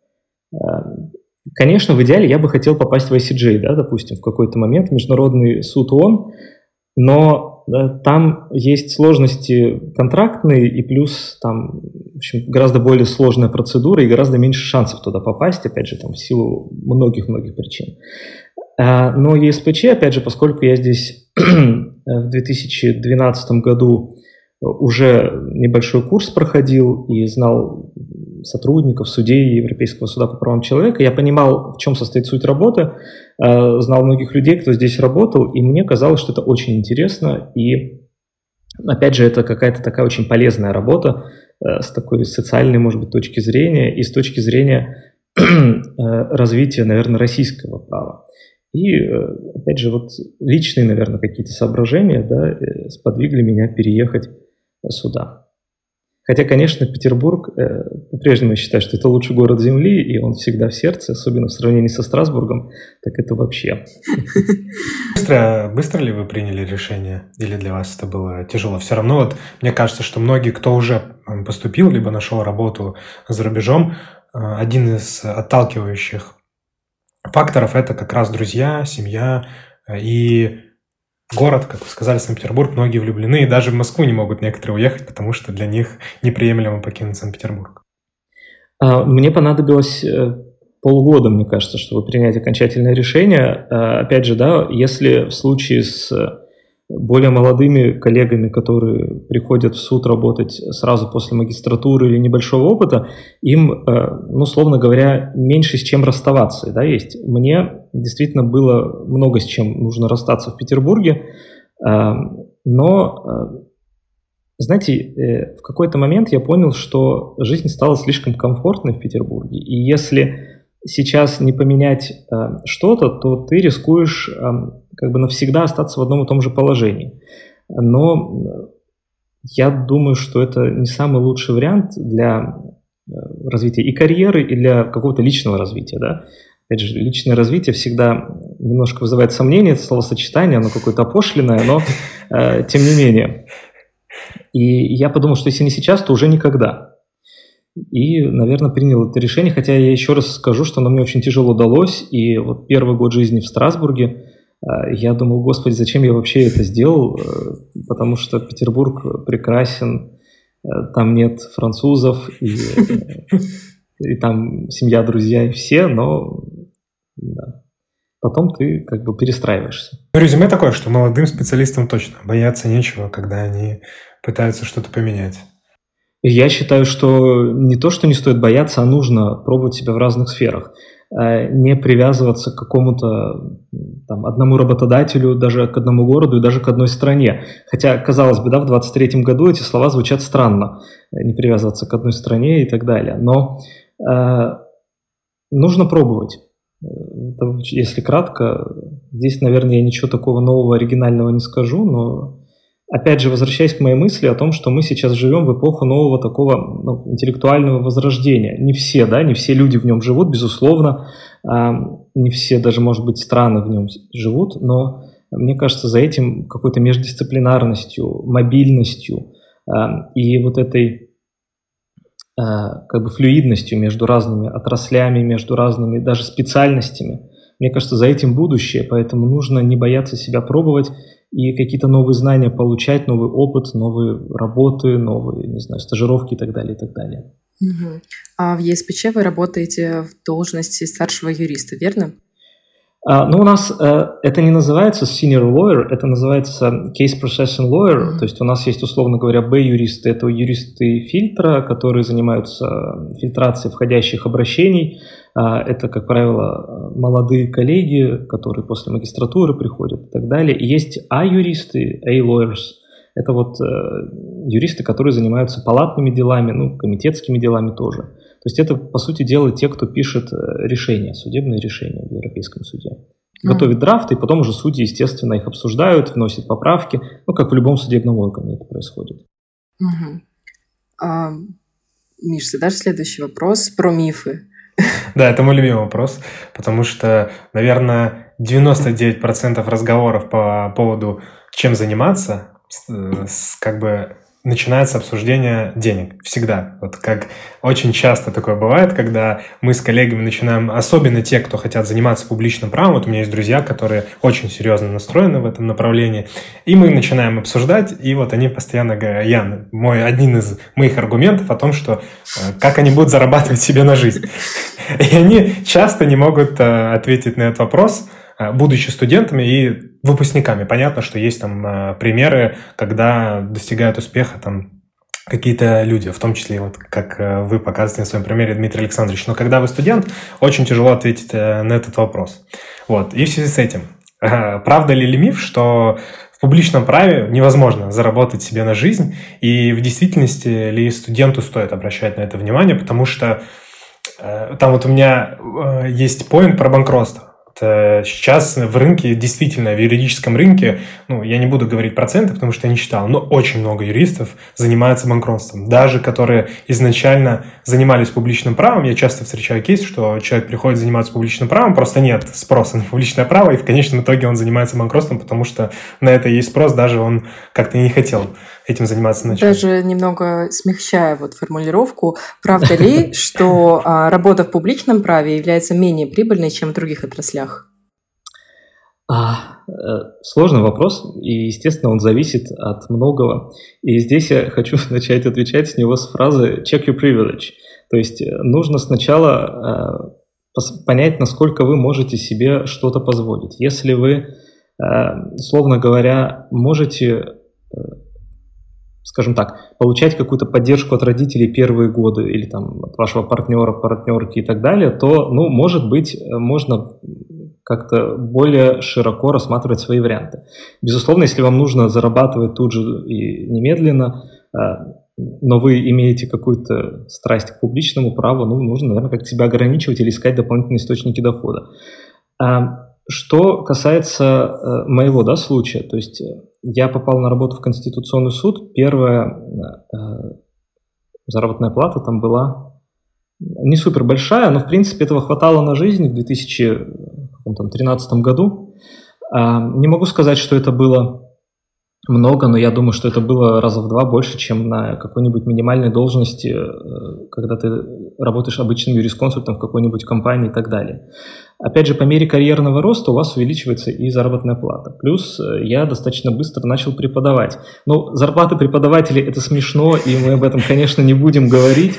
Конечно, в идеале я бы хотел попасть в ICJ, да, допустим, в какой-то момент, в Международный суд ООН, но там есть сложности контрактные, и плюс там, в общем, гораздо более сложная процедура и гораздо меньше шансов туда попасть, опять же, там, в силу многих-многих причин. Но ЕСПЧ, опять же, поскольку я здесь в 2012 году уже небольшой курс проходил и знал сотрудников, судей Европейского суда по правам человека. Я понимал, в чем состоит суть работы, знал многих людей, кто здесь работал, и мне казалось, что это очень интересно. И, опять же, это какая-то такая очень полезная работа с такой социальной, может быть, точки зрения и с точки зрения развития, наверное, российского права. И, опять же, вот личные, наверное, какие-то соображения, да, сподвигли меня переехать сюда. Хотя, конечно, Петербург, по-прежнему я считаю, что это лучший город Земли, и он всегда в сердце, особенно в сравнении со Страсбургом, так это вообще. Быстро ли вы приняли решение? Или для вас это было тяжело? Все равно, вот, мне кажется, что многие, кто уже поступил, либо нашел работу за рубежом, один из отталкивающих факторов – это как раз друзья, семья и город, как вы сказали, Санкт-Петербург. Многие влюблены, и даже в Москву не могут некоторые уехать, потому что для них неприемлемо покинуть Санкт-Петербург. Мне понадобилось полгода, мне кажется, чтобы принять окончательное решение. Опять же, да, если в случае с более молодыми коллегами, которые приходят в суд работать сразу после магистратуры или небольшого опыта, им, ну, условно говоря, меньше с чем расставаться, да, есть. Мне действительно было много с чем нужно расстаться в Петербурге, но, знаете, в какой-то момент я понял, что жизнь стала слишком комфортной в Петербурге, и если сейчас не поменять что-то, то ты рискуешь как бы навсегда остаться в одном и том же положении. Но я думаю, что это не самый лучший вариант для развития и карьеры, и для какого-то личного развития. Да? Опять же, личное развитие всегда немножко вызывает сомнения, это словосочетание, оно какое-то опошленное, но тем не менее. И я подумал, что если не сейчас, то уже никогда. И, наверное, принял это решение, хотя я еще раз скажу, что оно мне очень тяжело далось, и вот первый год жизни в Страсбурге я думал, господи, зачем я вообще это сделал, потому что Петербург прекрасен, там нет французов, и там семья, друзья и все, но да. Потом ты как бы перестраиваешься. Резюме такое, что молодым специалистам точно бояться нечего, когда они пытаются что-то поменять. Я считаю, что не то, что не стоит бояться, а нужно пробовать себя в разных сферах. Не привязываться к какому-то там, одному работодателю, даже к одному городу и даже к одной стране. Хотя, казалось бы, да, в 23-м году эти слова звучат странно. Не привязываться к одной стране и так далее. Но нужно пробовать. Если кратко, здесь, наверное, я ничего такого нового, оригинального не скажу, но... Опять же, возвращаясь к моей мысли о том, что мы сейчас живем в эпоху нового такого интеллектуального возрождения. Не все, да, не все люди в нем живут, безусловно, не все даже, может быть, страны в нем живут, но мне кажется, за этим какой-то междисциплинарностью, мобильностью и вот этой как бы флюидностью между разными отраслями, между разными даже специальностями, мне кажется, за этим будущее, поэтому нужно не бояться себя пробовать и какие-то новые знания получать, новый опыт, новые работы, новые, не знаю, стажировки и так далее, и так далее. Угу. А в ЕСПЧ вы работаете в должности старшего юриста, верно? Ну, у нас это не называется senior lawyer, это называется case processing lawyer, то есть у нас есть, условно говоря, B-юристы, это юристы фильтра, которые занимаются фильтрацией входящих обращений, это, как правило, молодые коллеги, которые после магистратуры приходят и так далее. И есть A-юристы, A-lawyers, это вот юристы, которые занимаются палатными делами, ну, комитетскими делами тоже. То есть это, по сути дела, те, кто пишет решения, судебные решения в Европейском суде. Готовит драфты, и потом уже судьи, естественно, их обсуждают, вносят поправки. Ну, как в любом судебном органе это происходит. Миш, задашь следующий вопрос про мифы. Да, это мой любимый вопрос, потому что, наверное, 99% разговоров по поводу, чем заниматься, как бы начинается обсуждение денег. Всегда. Вот как очень часто такое бывает, когда мы с коллегами начинаем, особенно те, кто хотят заниматься публичным правом, вот у меня есть друзья, которые очень серьезно настроены в этом направлении, и мы начинаем обсуждать, и вот они постоянно говорят, один из моих аргументов о том, что как они будут зарабатывать себе на жизнь. И они часто не могут ответить на этот вопрос, будучи студентами и выпускниками. Понятно, что есть там примеры, когда достигают успеха там какие-то люди, в том числе, вот как вы показываете на своем примере, Дмитрий Александрович. Но когда вы студент, очень тяжело ответить на этот вопрос. Вот. И в связи с этим, правда ли или миф, что в публичном праве невозможно заработать себе на жизнь, и в действительности ли студенту стоит обращать на это внимание, потому что там вот у меня есть поинт про банкротство. Сейчас в рынке, действительно, в юридическом рынке, я не буду говорить проценты, потому что я не читал, но очень много юристов занимаются банкротством. Даже которые изначально занимались публичным правом, я часто встречаю кейс, что человек приходит заниматься публичным правом, просто нет спроса на публичное право, и в конечном итоге он занимается банкротством, потому что на это есть спрос, даже он как-то не хотел этим заниматься вначале. Даже немного смягчая формулировку, правда ли, что работа в публичном праве является менее прибыльной, чем в других отраслях? Сложный вопрос, и, естественно, он зависит от многого. И здесь я хочу начать отвечать с него с фразы «check your privilege». То есть нужно сначала понять, насколько вы можете себе что-то позволить. Если вы, условно говоря, можете, скажем так, получать какую-то поддержку от родителей первые годы или там от вашего партнера, партнерки и так далее, то, может быть, можно как-то более широко рассматривать свои варианты. Безусловно, если вам нужно зарабатывать тут же и немедленно, но вы имеете какую-то страсть к публичному праву, нужно, наверное, как-то себя ограничивать или искать дополнительные источники дохода. Что касается моего случая, то есть я попал на работу в Конституционный суд, первая заработная плата там была не супер большая, но в принципе этого хватало на жизнь в 2013 году. Не могу сказать, что это было много, но я думаю, что это было раза в 2 больше, чем на какой-нибудь минимальной должности, когда ты работаешь обычным юрисконсультом в какой-нибудь компании и так далее. Опять же, по мере карьерного роста у вас увеличивается и заработная плата. Плюс я достаточно быстро начал преподавать. Зарплата преподавателей – это смешно, и мы об этом, конечно, не будем говорить.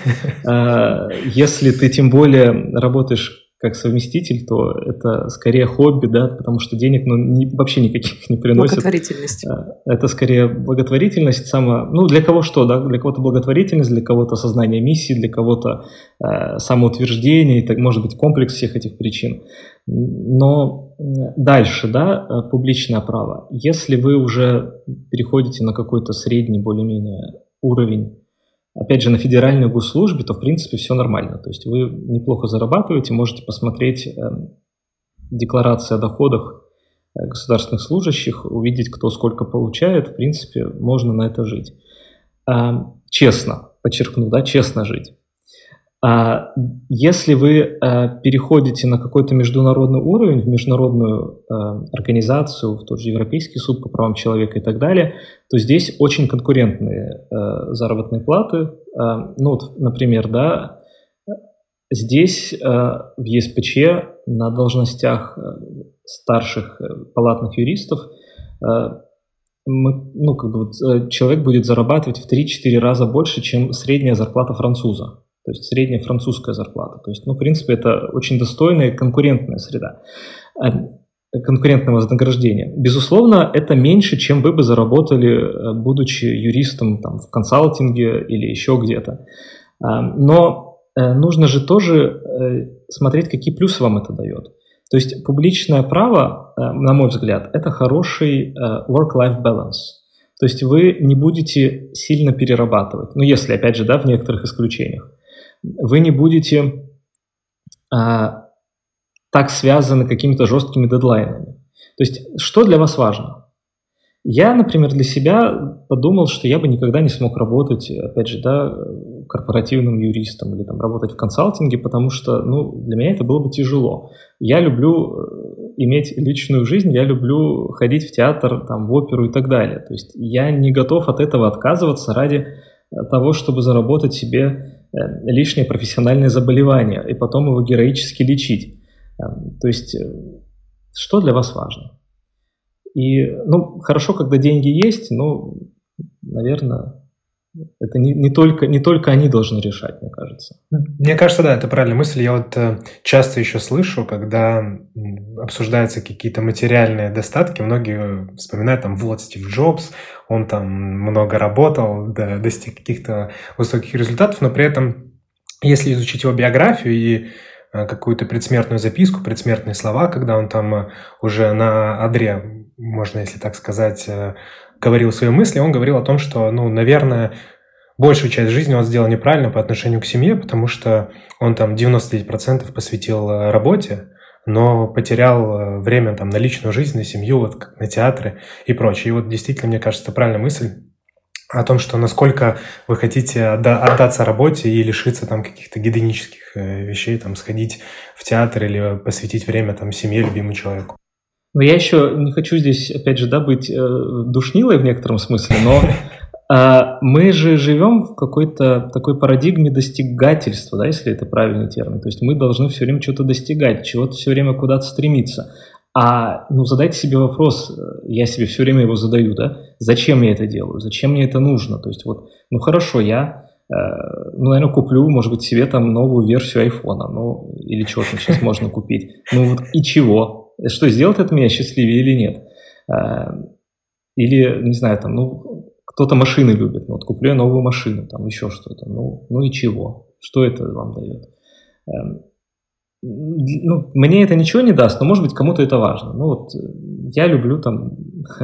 Если ты тем более работаешь как совместитель, то это скорее хобби, да, потому что денег вообще никаких не приносит. Благотворительность. Это скорее благотворительность для кого что, да, для кого-то благотворительность, для кого-то сознание миссии, для кого-то самоутверждение, и, может быть, комплекс всех этих причин. Но дальше, да, публичное право. Если вы уже переходите на какой-то средний, более-менее уровень, опять же, на федеральной госслужбе, то, в принципе, все нормально. То есть вы неплохо зарабатываете, можете посмотреть декларации о доходах государственных служащих, увидеть, кто сколько получает. В принципе, можно на это жить. Честно, подчеркну, да, честно жить. Если вы переходите на какой-то международный уровень, в международную организацию, в тот же Европейский суд по правам человека и так далее, то здесь очень конкурентные заработные платы. Например, да, здесь в ЕСПЧ на должностях старших палатных юристов человек будет зарабатывать в 3-4 раза больше, чем средняя зарплата француза. То есть средняя французская зарплата. То есть, в принципе, это очень достойная конкурентная среда, конкурентное вознаграждение. Безусловно, это меньше, чем вы бы заработали, будучи юристом в консалтинге или еще где-то. Но нужно же тоже смотреть, какие плюсы вам это дает. То есть публичное право, на мой взгляд, это хороший work-life balance. То есть вы не будете сильно перерабатывать. Если, опять же, да, в некоторых исключениях. Вы не будете так связаны какими-то жесткими дедлайнами. То есть, что для вас важно? Я, например, для себя подумал, что я бы никогда не смог работать, опять же, да, корпоративным юристом или работать в консалтинге, потому что, для меня это было бы тяжело. Я люблю иметь личную жизнь, я люблю ходить в театр, в оперу и так далее. То есть, я не готов от этого отказываться ради того, чтобы заработать себе лишнее профессиональное заболевание и потом его героически лечить. То есть, что для вас важно? И, хорошо, когда деньги есть, наверное, Это не только они должны решать, мне кажется. Мне кажется, да, это правильная мысль. Я вот часто еще слышу, когда обсуждаются какие-то материальные достатки, многие вспоминают там, вот Стив Джобс, он там много работал, да, достиг каких-то высоких результатов, но при этом, если изучить его биографию и какую-то предсмертную записку, предсмертные слова, когда он там уже на одре, можно, если так сказать, говорил свои мысли, он говорил о том, что, наверное, большую часть жизни он сделал неправильно по отношению к семье, потому что он там 99% посвятил работе, но потерял время там на личную жизнь, на семью, вот как на театры и прочее. И вот действительно, мне кажется, это правильная мысль о том, что насколько вы хотите отдаться работе и лишиться там каких-то гедонических вещей, там сходить в театр или посвятить время там семье, любимому человеку. Но я еще не хочу здесь, опять же, быть душнилой в некотором смысле, но мы же живем в какой-то такой парадигме достигательства, да, если это правильный термин. То есть мы должны все время что-то достигать, чего-то все время куда-то стремиться. Задайте себе вопрос, я себе все время его задаю, да, зачем я это делаю, зачем мне это нужно? То есть хорошо, я, наверное, куплю, может быть, себе там новую версию айфона, или чего там сейчас можно купить. И чего? Что, сделает это меня счастливее или нет? Или, не знаю, там, кто-то машины любит, куплю я новую машину, там еще что-то, и чего? Что это вам дает? Мне это ничего не даст, но, может быть, кому-то это важно. Я люблю там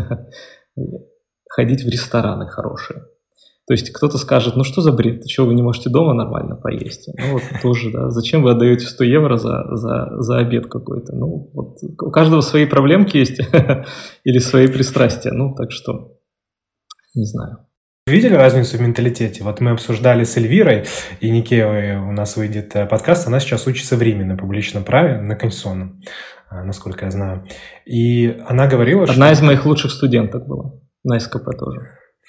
ходить в рестораны хорошие. То есть кто-то скажет, что за бред, что вы не можете дома нормально поесть? Тоже, да, зачем вы отдаете 100 евро за обед какой-то? У каждого свои проблемки есть или свои пристрастия, так что, не знаю. Видели разницу в менталитете? Вот мы обсуждали с Эльвирой, и Никеевой у нас выйдет подкаст, она сейчас учится в Риме на публичном праве, на конституционном, насколько я знаю. И она говорила, что... Одна из моих лучших студенток была, на СКП тоже.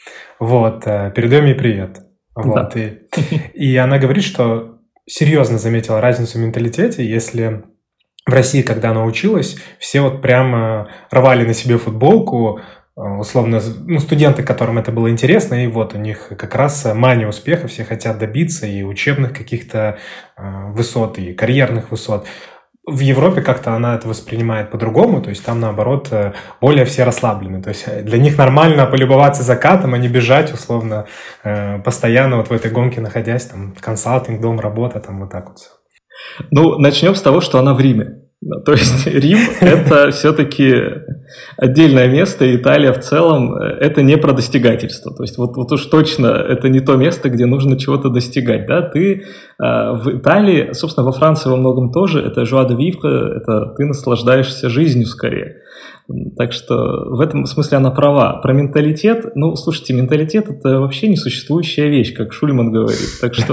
Передай мне привет. Да. И она говорит, что серьезно заметила разницу в менталитете, если в России, когда она училась, все прямо рвали на себе футболку, условно, студенты, которым это было интересно, и у них как раз мания успеха, все хотят добиться и учебных каких-то высот, и карьерных высот. В Европе как-то она это воспринимает по-другому, то есть там, наоборот, более все расслаблены. То есть для них нормально полюбоваться закатом, а не бежать, условно, постоянно в этой гонке находясь, там, консалтинг, дом, работа, там, вот так вот. Начнем с того, что она в Риме. То есть Рим – это все-таки отдельное место, и Италия в целом – это не про достигательство. То есть вот уж точно это не то место, где нужно чего-то достигать. Да? Ты в Италии, собственно, во Франции во многом тоже, это joie de vivre, это ты наслаждаешься жизнью скорее. Так что в этом смысле она права. Про менталитет, слушайте, менталитет – это вообще несуществующая вещь, как Шульман говорит. Так что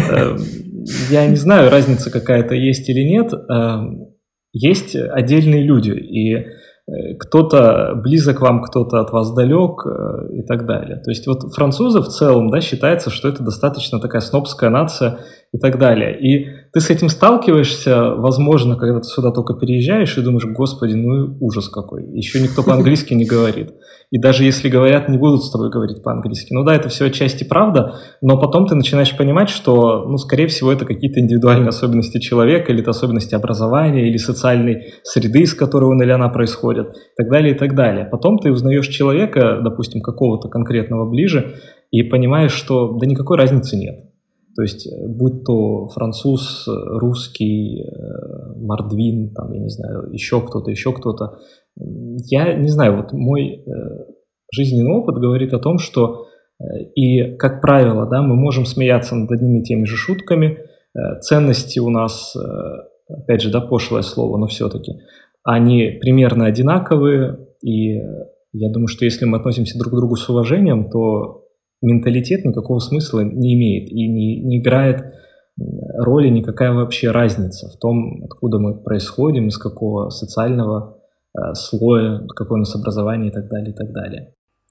я не знаю, разница какая-то есть или нет. Есть отдельные люди, и кто-то близок вам, кто-то от вас далек и так далее. То есть французы в целом, да, считается, что это достаточно такая снобская нация и так далее. И ты с этим сталкиваешься, возможно, когда ты сюда только переезжаешь и думаешь, господи, ужас какой. Еще никто по-английски не говорит. И даже если говорят, не будут с тобой говорить по-английски. Да, это все отчасти правда, но потом ты начинаешь понимать, что, скорее всего, это какие-то индивидуальные особенности человека, или это особенности образования, или социальной среды, из которой он или она происходит, и так далее, и так далее. Потом ты узнаешь человека, допустим, какого-то конкретного ближе, и понимаешь, что да никакой разницы нет. То есть, будь то француз, русский, мордвин, там, я не знаю, еще кто-то. Я не знаю, мой жизненный опыт говорит о том, что и, как правило, да, мы можем смеяться над одними и теми же шутками, ценности у нас, опять же, да, пошлое слово, но все-таки, они примерно одинаковые, и я думаю, что если мы относимся друг к другу с уважением, то менталитет никакого смысла не имеет и не играет роли никакая вообще разница в том, откуда мы происходим, из какого социального слоя, какое у нас образование и так далее, и так далее.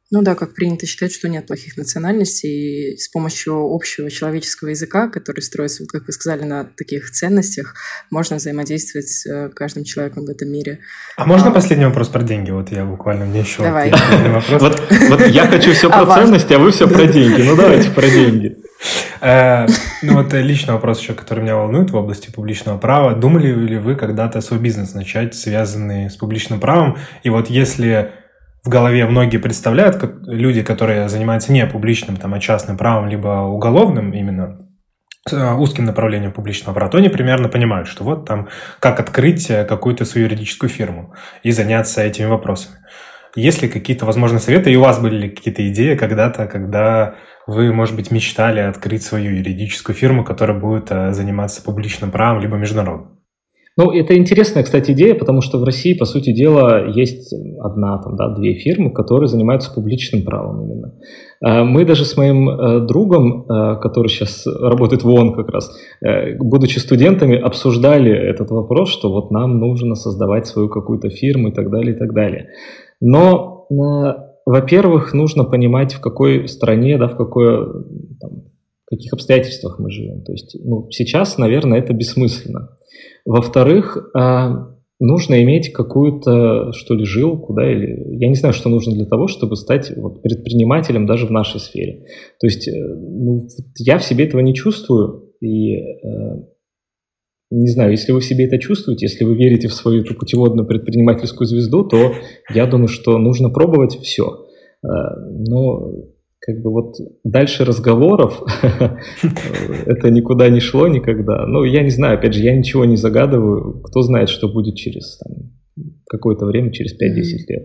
Ну да, как принято считать, что нет плохих национальностей, и с помощью общего человеческого языка, который строится, вот как вы сказали, на таких ценностях, можно взаимодействовать с каждым человеком в этом мире. А можно последний вопрос про деньги? Вот я буквально, мне еще Давай. вопрос. Вот я хочу все про ценности, а вы все про деньги. Ну давайте про деньги. Ну вот личный вопрос еще, который меня волнует в области публичного права. Думали ли вы когда-то свой бизнес начать, связанный с публичным правом? И вот если в голове многие представляют, как люди, которые занимаются не публичным, а частным правом, либо уголовным именно, узким направлением публичного права, то они примерно понимают, что вот там как открыть какую-то свою юридическую фирму и заняться этими вопросами. Есть ли какие-то, возможно, советы, и у вас были ли какие-то идеи когда-то, когда вы, может быть, мечтали открыть свою юридическую фирму, которая будет заниматься публичным правом либо международным? Ну, это интересная, кстати, идея, потому что в России, по сути дела, есть две фирмы, которые занимаются публичным правом именно. Мы даже с моим другом, который сейчас работает в ООН как раз, будучи студентами, обсуждали этот вопрос, что вот нам нужно создавать свою какую-то фирму и так далее, и так далее. Но, во-первых, нужно понимать, в какой стране, в каких обстоятельствах мы живем. То есть, сейчас, наверное, это бессмысленно. Во-вторых, нужно иметь какую-то, жилку, или я не знаю, что нужно для того, чтобы стать предпринимателем даже в нашей сфере. То есть, я в себе этого не чувствую, и не знаю, если вы в себе это чувствуете, если вы верите в свою путеводную предпринимательскую звезду, то я думаю, что нужно пробовать все. Но дальше разговоров это никуда не шло никогда. Я не знаю, опять же, я ничего не загадываю. Кто знает, что будет через какое-то время, через 5-10 лет.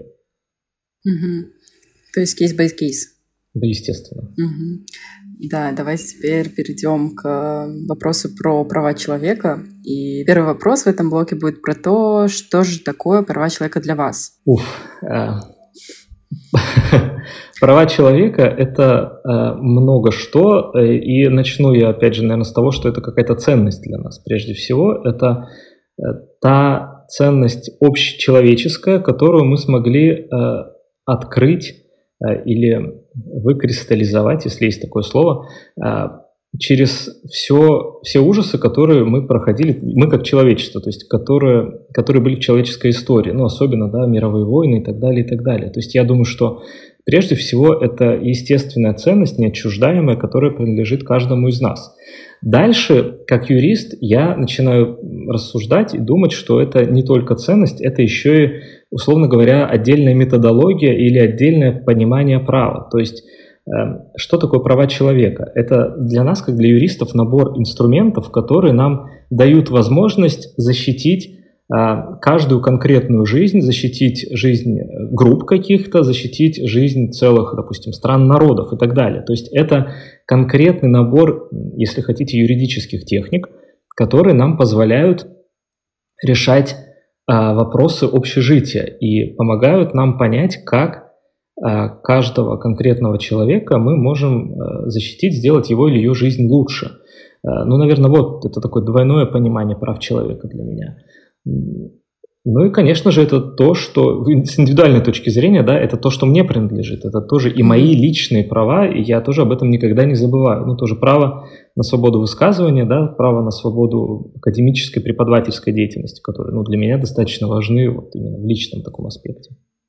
То есть кейс-бай-кейс. Да, естественно. Да, давайте теперь перейдем к вопросу про права человека. И первый вопрос в этом блоке будет про то, что же такое права человека для вас. Права человека – это много что, и начну я, опять же, наверное, с того, что это какая-то ценность для нас. Прежде всего, это та ценность общечеловеческая, которую мы смогли открыть или выкристаллизовать, если есть такое слово, через все ужасы, которые мы проходили, мы как человечество, то есть которые были в человеческой истории, особенно мировые войны и так далее, и так далее. То есть я думаю, что прежде всего это естественная ценность, неотчуждаемая, которая принадлежит каждому из нас. Дальше, как юрист, я начинаю рассуждать и думать, что это не только ценность, это еще и, условно говоря, отдельная методология или отдельное понимание права. То есть что такое права человека? Это для нас, как для юристов, набор инструментов, которые нам дают возможность защитить каждую конкретную жизнь, защитить жизнь групп каких-то, защитить жизнь целых, допустим, стран, народов и так далее. То есть это конкретный набор, если хотите, юридических техник, которые нам позволяют решать вопросы общежития и помогают нам понять, как каждого конкретного человека мы можем защитить, сделать его или ее жизнь лучше. Наверное, это такое двойное понимание прав человека для меня. И, конечно же, это то, что с индивидуальной точки зрения, это то, что мне принадлежит. Это тоже и мои личные права, и я тоже об этом никогда не забываю. Тоже право на свободу высказывания, право на свободу академической, преподавательской деятельности, которые для меня достаточно важны именно в личном таком аспекте.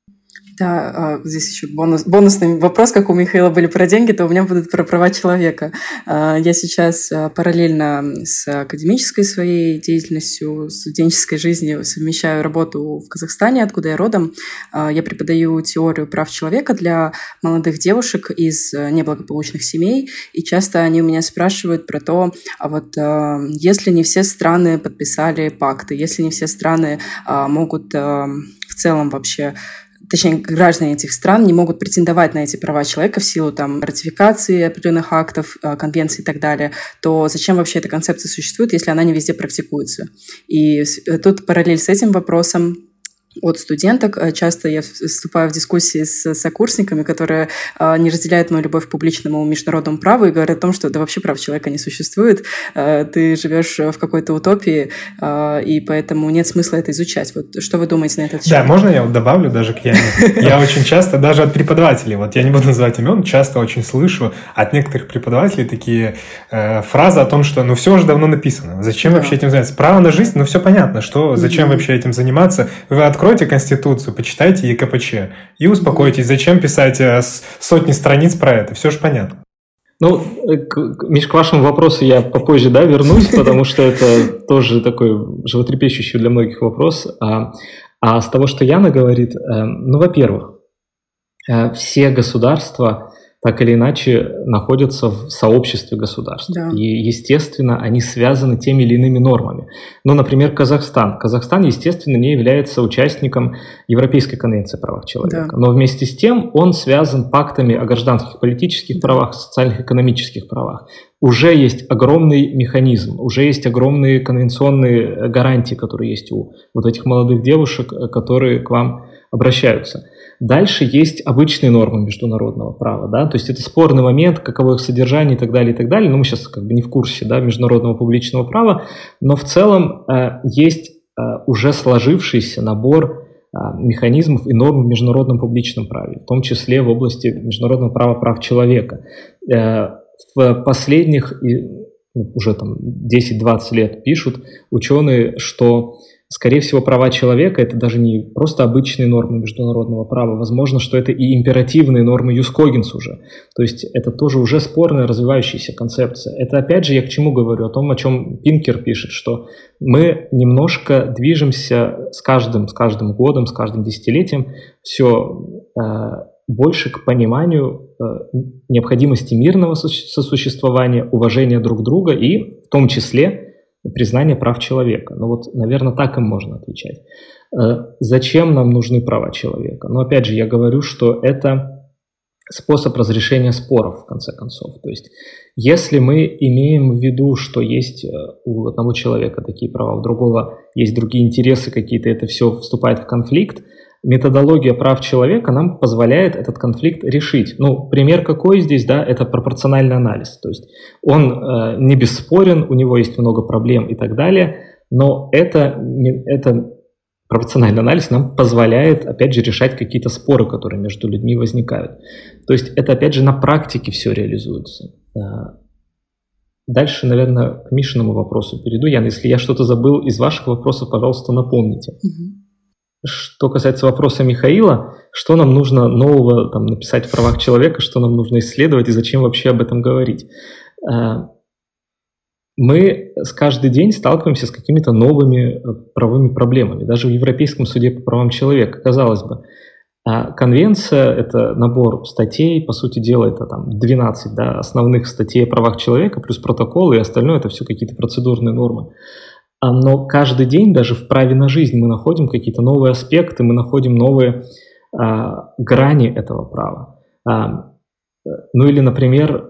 Да, здесь еще бонусный вопрос, как у Михаила были про деньги, то у меня будут про права человека. Я сейчас параллельно с академической своей деятельностью, студенческой жизнью совмещаю работу в Казахстане, откуда я родом. Я преподаю теорию прав человека для молодых девушек из неблагополучных семей, и часто они у меня спрашивают про то, если не все страны подписали пакты, если не все страны могут в целом вообще... Точнее, граждане этих стран не могут претендовать на эти права человека в силу ратификации определенных актов, конвенций и так далее, то зачем вообще эта концепция существует, если она не везде практикуется? И тут параллель с этим вопросом от студенток. Часто я вступаю в дискуссии с сокурсниками, которые не разделяют мою любовь к публичному международному праву и говорят о том, что да вообще прав человека не существует, ты живешь в какой-то утопии, и поэтому нет смысла это изучать. Вот что вы думаете на этот счет? Да, можно я добавлю даже к Яне? Я очень часто, даже от преподавателей, вот я не буду называть имен, часто очень слышу от некоторых преподавателей такие фразы о том, что ну все уже давно написано, зачем вообще этим заняться? Право на жизнь, ну все понятно, что, зачем вообще этим заниматься? Вы откройте Конституцию, почитайте ЕКПЧ и успокойтесь, зачем писать сотни страниц про это, все же понятно. Ну, Миш, к вашему вопросу я попозже, вернусь, потому что это тоже такой животрепещущий для многих вопрос. А с того, что Яна говорит, ну, во-первых, все государства так или иначе находятся в сообществе государств. Да. И, естественно, они связаны теми или иными нормами. Ну, например, Казахстан. Казахстан, естественно, не является участником Европейской конвенции о правах человека. Да. Но вместе с тем он связан пактами о гражданских политических правах, социальных и экономических правах. Уже есть огромный механизм, уже есть огромные конвенционные гарантии, которые есть у вот этих молодых девушек, которые к вам обращаются. Дальше есть обычные нормы международного права, да, то есть это спорный момент, каково их содержание и так далее, но мы сейчас как бы не в курсе, да, международного публичного права, но в целом есть уже сложившийся набор механизмов и норм в международном публичном праве, в том числе в области международного права прав человека. В последних уже там 10-20 лет пишут ученые, что скорее всего, права человека – это даже не просто обычные нормы международного права. Возможно, что это и императивные нормы Юс Когенс уже. То есть это тоже уже спорная развивающаяся концепция. Это опять же я к чему говорю? О том, о чем Пинкер пишет, что мы немножко движемся с каждым годом, с каждым десятилетием все больше к пониманию необходимости мирного сосуществования, уважения друг друга и в том числе признание прав человека. Ну вот, наверное, так им можно отвечать. Зачем нам нужны права человека? Но опять же, я говорю, что это способ разрешения споров, в конце концов. То есть, если мы имеем в виду, что есть у одного человека такие права, у другого есть другие интересы какие-то, это все вступает в конфликт, методология прав человека нам позволяет этот конфликт решить. Ну, пример какой здесь, да, это пропорциональный анализ. То есть он не бесспорен, у него есть много проблем и так далее, но это пропорциональный анализ нам позволяет, опять же, решать какие-то споры, которые между людьми возникают. То есть это, опять же, на практике все реализуется. Дальше, наверное, к Мишиному вопросу перейду. Яна, если я что-то забыл из ваших вопросов, пожалуйста, напомните. Что касается вопроса Михаила, что нам нужно нового там, написать в правах человека, что нам нужно исследовать и зачем вообще об этом говорить? Мы каждый день сталкиваемся с какими-то новыми правовыми проблемами. Даже в Европейском суде по правам человека, казалось бы. Конвенция – это набор статей, по сути дела, это там 12 основных статей о правах человека, плюс протокол, и остальное – это все какие-то процедурные нормы. Но каждый день даже в праве на жизнь мы находим какие-то новые аспекты, мы находим новые грани этого права. Ну или, например,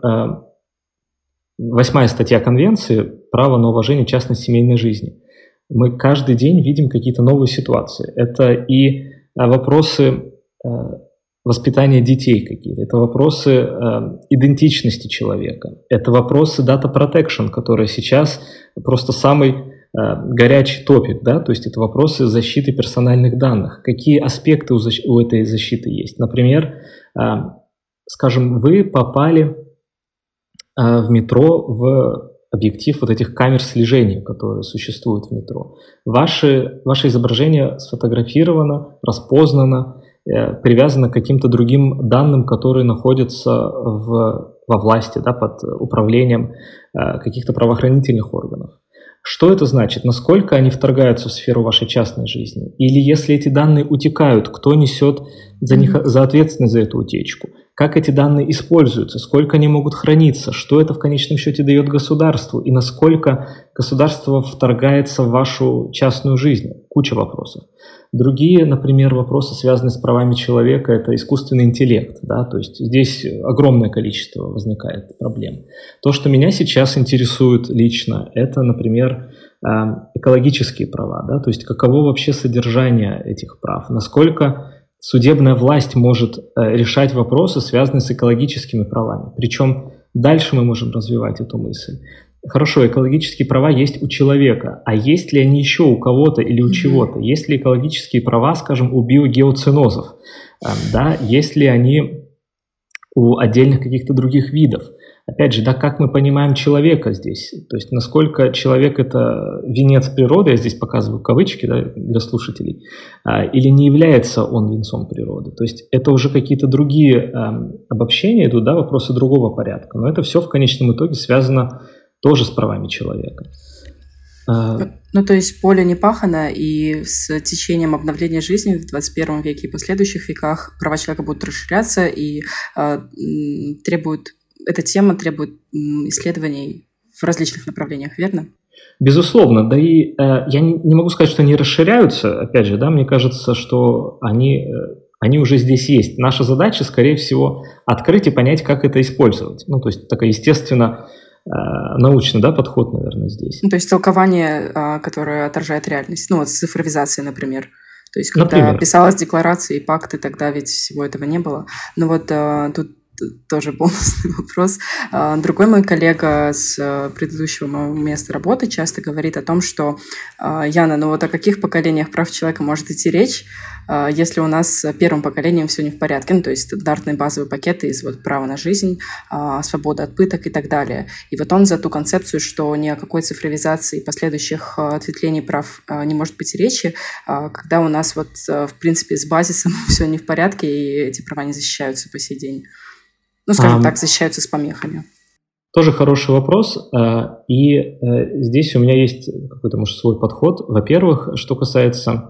8-я статья Конвенции «Право на уважение частной семейной жизни». Мы каждый день видим какие-то новые ситуации. Это и вопросы воспитания детей какие-то, это вопросы идентичности человека, это вопросы data protection, которые сейчас просто самый горячий топик, да, то есть это вопросы защиты персональных данных. Какие аспекты у этой защиты есть? Например, скажем, вы попали в метро в объектив вот этих камер слежения, которые существуют в метро. Ваше изображение сфотографировано, распознано, привязано к каким-то другим данным, которые находятся во власти, да, под управлением каких-то правоохранительных органов. Что это значит? Насколько они вторгаются в сферу вашей частной жизни? Или если эти данные утекают, кто несет за ответственность за эту утечку? как эти данные используются, сколько они могут храниться, что это в конечном счете дает государству и насколько государство вторгается в вашу частную жизнь. Куча вопросов. Другие, например, вопросы, связанные с правами человека, это искусственный интеллект. Да? То есть здесь огромное количество возникает проблем. То, что меня сейчас интересует лично, это, например, экологические права. Да? То есть каково вообще содержание этих прав, насколько судебная власть может решать вопросы, связанные с экологическими правами. Причем дальше мы можем развивать эту мысль. Хорошо, экологические права есть у человека, а есть ли они еще у кого-то или у чего-то? Есть ли экологические права, скажем, у биогеоценозов? Да? Есть ли они у отдельных каких-то других видов? Опять же, да, как мы понимаем человека здесь? То есть насколько человек – это венец природы, я здесь показываю кавычки, да, для слушателей, или не является он венцом природы? То есть это уже какие-то другие обобщения идут, да, вопросы другого порядка. Но это все в конечном итоге связано тоже с правами человека. Ну, то есть поле не пахано, и с течением обновления жизни в 21 веке и последующих веках права человека будут расширяться, и эта тема требует исследований в различных направлениях, верно? Безусловно, да и я не могу сказать, что они расширяются, опять же, да, мне кажется, что они уже здесь есть. Наша задача, скорее всего, открыть и понять, как это использовать. Ну, то есть, такой, естественно, научный, да, подход, наверное, здесь. Ну, то есть толкование, которое отражает реальность. Ну, вот с цифровизацией, например. То есть, когда писалась декларация и пакты, тогда ведь всего этого не было. Но вот тут тоже бонусный вопрос. Другой мой коллега с предыдущего моего места работы часто говорит о том, что Яна, ну вот о каких поколениях прав человека может идти речь, если у нас с первым поколением все не в порядке, ну, то есть стандартные базовые пакеты из вот права на жизнь, свобода от пыток и так далее. И вот он за ту концепцию, что ни о какой цифровизации и последующих ответвлений прав не может быть речи, когда у нас вот в принципе с базисом все не в порядке и эти права не защищаются по сей день. Ну, скажем так, защищаются с помехами. Тоже хороший вопрос. И здесь у меня есть какой-то, может, свой подход. Во-первых, что касается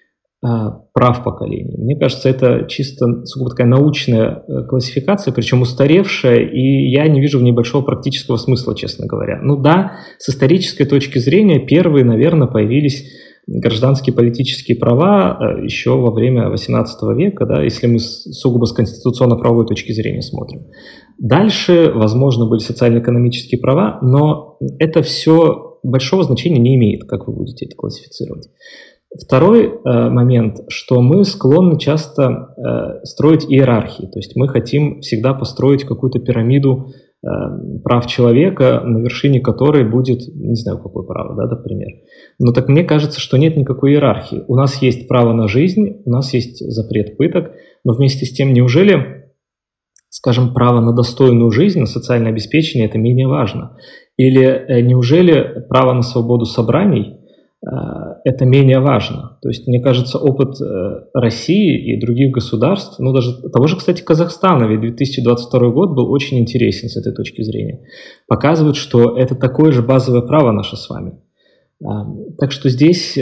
прав поколений. Мне кажется, это чисто сугубо такая научная классификация, причем устаревшая, и я не вижу в ней большого практического смысла, честно говоря. Ну да, с исторической точки зрения первые, наверное, появились гражданские политические права еще во время XVIII века, да, если мы сугубо с конституционно-правовой точки зрения смотрим. Дальше, возможно, были социально-экономические права, но это все большого значения не имеет, как вы будете это классифицировать. Второй момент, что мы склонны часто строить иерархии, то есть мы хотим всегда построить какую-то пирамиду прав человека, на вершине которой будет, не знаю, какое право, да, например. Но так мне кажется, что нет никакой иерархии. У нас есть право на жизнь, у нас есть запрет пыток, но вместе с тем, неужели, скажем, право на достойную жизнь, на социальное обеспечение – это менее важно? Или неужели право на свободу собраний – это менее важно? То есть, мне кажется, опыт России и других государств, ну даже того же, кстати, Казахстана, ведь 2022 год был очень интересен с этой точки зрения, показывает, что это такое же базовое право наше с вами. Так что здесь,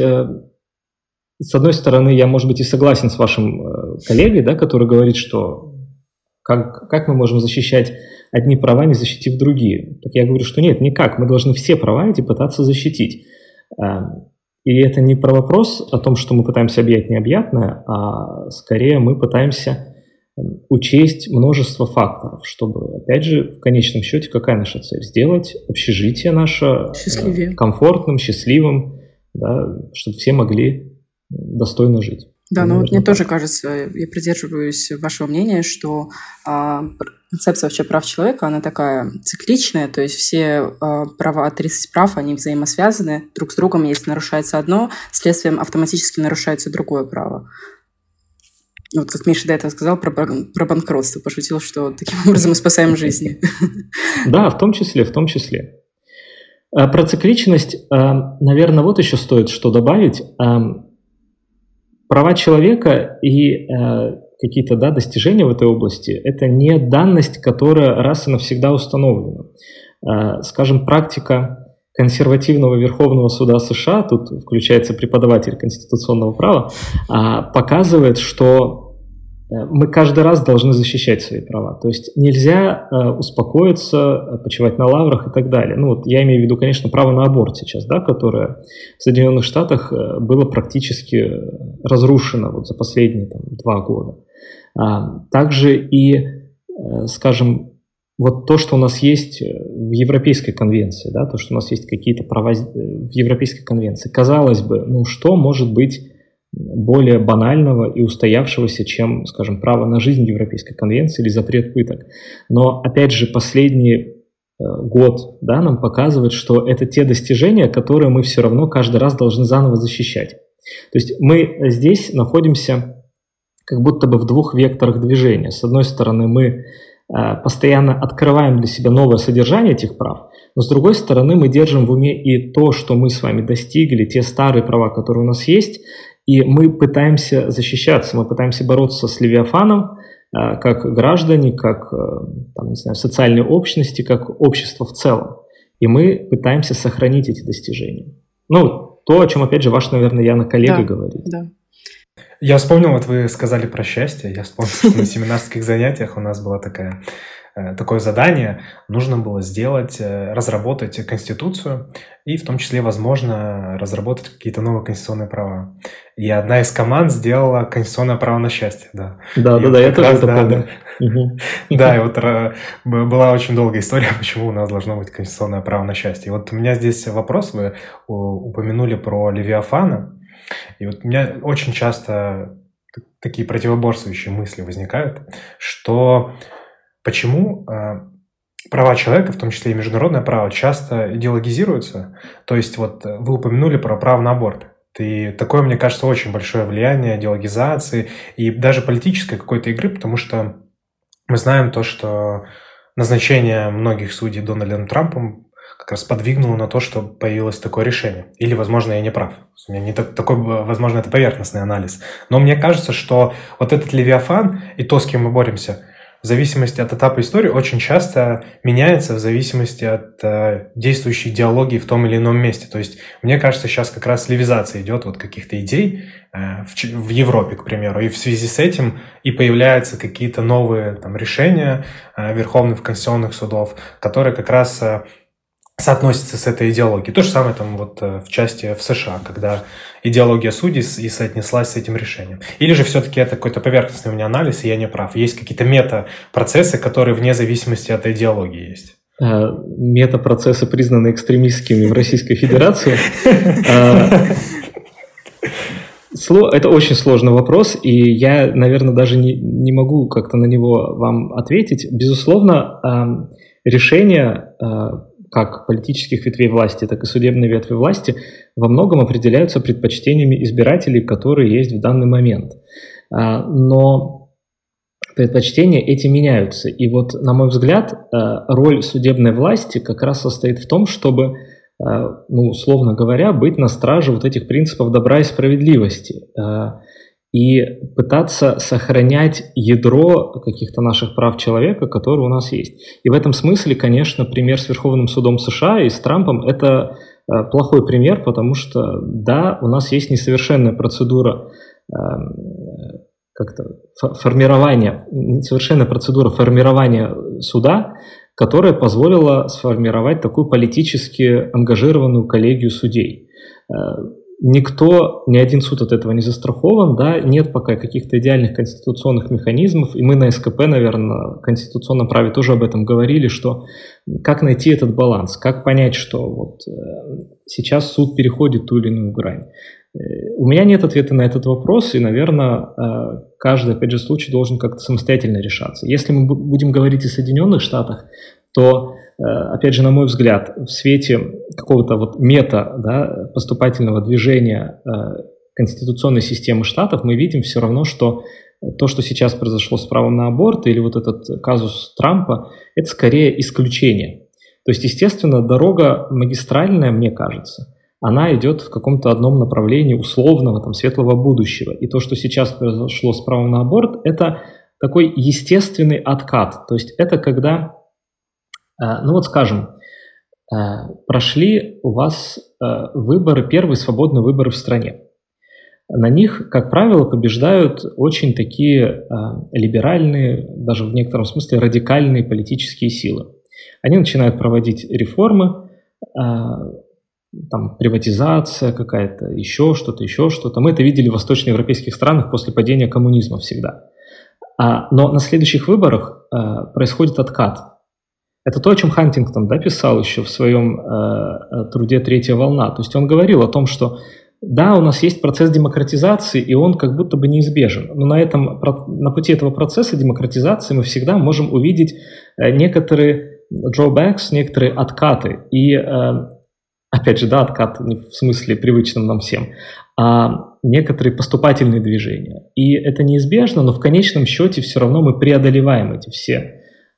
с одной стороны, я, может быть, и согласен с вашим коллегой, да, который говорит, что как мы можем защищать одни права, не защитив другие. Так я говорю, что нет, никак, мы должны все права эти пытаться защитить. И это не про вопрос о том, что мы пытаемся объять необъятное, а скорее мы пытаемся учесть множество факторов, чтобы, опять же, в конечном счете, какая наша цель? Сделать общежитие наше комфортным, счастливым, да, чтобы все могли достойно жить. Да, ну вот мне тоже кажется, я придерживаюсь вашего мнения, что концепция вообще прав человека, она такая цикличная, то есть все права, 30 прав, они взаимосвязаны друг с другом, если нарушается одно, следствием автоматически нарушается другое право. Вот как Миша до этого сказал про банкротство, пошутил, что таким образом мы спасаем жизни. Да, в том числе. Про цикличность, наверное, вот еще стоит что добавить. Права человека и какие-то, да, достижения в этой области – это не данность, которая раз и навсегда установлена. Скажем, практика консервативного Верховного суда США, тут включается преподаватель конституционного права, показывает, что мы каждый раз должны защищать свои права. То есть нельзя успокоиться, почивать на лаврах и так далее. Ну вот я имею в виду, конечно, право на аборт сейчас, да, которое в Соединенных Штатах было практически разрушено вот за последние 2 года. Также и, скажем, вот то, что у нас есть в Европейской конвенции, да, то, что у нас есть какие-то права в Европейской конвенции. Казалось бы, ну что может быть более банального и устоявшегося, чем, скажем, право на жизнь в Европейской конвенции или запрет пыток. Но, опять же, последний год, да, нам показывает, что это те достижения, которые мы все равно каждый раз должны заново защищать. То есть мы здесь находимся как будто бы в 2 векторах движения. С одной стороны, мы постоянно открываем для себя новое содержание этих прав, но с другой стороны, мы держим в уме и то, что мы с вами достигли, те старые права, которые у нас есть, и мы пытаемся защищаться, мы пытаемся бороться с Левиафаном, как граждане, как там, не знаю, социальные общности, как общество в целом. И мы пытаемся сохранить эти достижения. Ну, то, о чем, опять же, ваш, наверное, Яна, коллега говорит. Да. Я вспомнил, вот вы сказали про счастье, я вспомнил, что на семинарских занятиях у нас было такое задание, нужно было разработать конституцию и в том числе, возможно, разработать какие-то новые конституционные права. И одна из команд сделала конституционное право на счастье, да. Да, я тоже это помню. Да, и вот была очень долгая история, почему у нас должно быть конституционное право на счастье. И вот у меня здесь вопрос, вы упомянули про Левиафана, и вот у меня очень часто такие противоборствующие мысли возникают, что почему права человека, в том числе и международное право, часто идеологизируются. То есть вот вы упомянули про право на аборт. И такое, мне кажется, очень большое влияние идеологизации и даже политической какой-то игры, потому что мы знаем то, что назначение многих судей Дональдом Трампом как раз подвигнуло на то, что появилось такое решение. Или, возможно, я не прав. У меня не такой, возможно, это поверхностный анализ. Но мне кажется, что вот этот Левиафан и то, с кем мы боремся, в зависимости от этапа истории очень часто меняется в зависимости от действующей идеологии в том или ином месте. То есть, мне кажется, сейчас как раз левизация идет вот каких-то идей в Европе, к примеру, и в связи с этим и появляются какие-то новые решения верховных конституционных судов, которые как раз соотносится с этой идеологией. То же самое в части в США, когда идеология судей и соотнеслась с этим решением. Или же все-таки это какой-то поверхностный у меня анализ, и я не прав. Есть какие-то мета-процессы, которые вне зависимости от идеологии есть. Мета-процессы признаны экстремистскими в Российской Федерации. Это очень сложный вопрос, и я, наверное, даже не могу как-то на него вам ответить. Безусловно, решение как политических ветвей власти, так и судебной ветви власти, во многом определяются предпочтениями избирателей, которые есть в данный момент. Но предпочтения эти меняются. И вот, на мой взгляд, роль судебной власти как раз состоит в том, чтобы, условно говоря, быть на страже вот этих принципов добра и справедливости и пытаться сохранять ядро каких-то наших прав человека, которые у нас есть. И в этом смысле, конечно, пример с Верховным судом США и с Трампом – это плохой пример, потому что, да, у нас есть несовершенная процедура формирования суда, которая позволила сформировать такую политически ангажированную коллегию судей. Ни один суд от этого не застрахован, да, нет пока каких-то идеальных конституционных механизмов, и мы на СКП, наверное, в конституционном праве тоже об этом говорили, что как найти этот баланс, как понять, что вот сейчас суд переходит ту или иную грань. У меня нет ответа на этот вопрос, и, наверное, каждый, опять же, случай должен как-то самостоятельно решаться. Если мы будем говорить о Соединенных Штатах, то, опять же, на мой взгляд, в свете какого-то поступательного движения конституционной системы штатов мы видим все равно, что то, что сейчас произошло с правом на аборт или вот этот казус Трампа, это скорее исключение. То есть, естественно, дорога магистральная, мне кажется, она идет в каком-то одном направлении условного, светлого будущего. И то, что сейчас произошло с правом на аборт, это такой естественный откат. То есть это когда, скажем, прошли у вас выборы, первые свободные выборы в стране. на них, как правило, побеждают очень такие либеральные, даже в некотором смысле радикальные политические силы. Они начинают проводить реформы, там приватизация какая-то, еще что-то. Мы это видели в восточноевропейских странах после падения коммунизма всегда. Но на следующих выборах происходит откат. Это то, о чем Хантингтон, да, писал еще в своем труде «Третья волна». То есть он говорил о том, что да, у нас есть процесс демократизации, и он как будто бы неизбежен. Но на пути этого процесса демократизации мы всегда можем увидеть некоторые drawbacks, некоторые откаты. И опять же, да, откат не в смысле привычном нам всем, а некоторые поступательные движения. И это неизбежно, но в конечном счете все равно мы преодолеваем эти все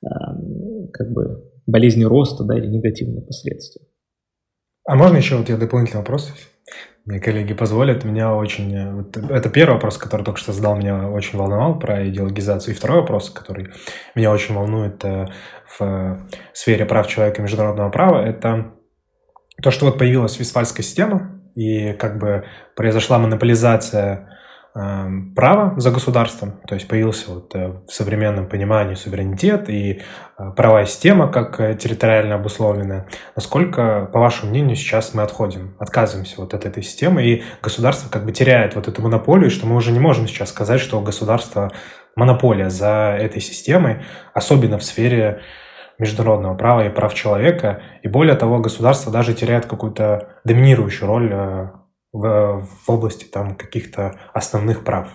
болезни роста, да, или негативные последствия. А можно еще я дополнительный вопрос? Мне коллеги позволят. Меня очень... это первый вопрос, который только что задал, меня очень волновал про идеологизацию. И второй вопрос, который меня очень волнует в сфере прав человека и международного права, это то, что появилась Вестфальская система, и произошла монополизация права за государством, то есть появился в современном понимании суверенитет и правовая система как территориально обусловленная. Насколько, по вашему мнению, сейчас мы отказываемся от этой системы, и государство теряет эту монополию, что мы уже не можем сейчас сказать, что у государства монополия за этой системой, особенно в сфере международного права и прав человека, и более того, государство даже теряет какую-то доминирующую роль в области каких-то основных прав.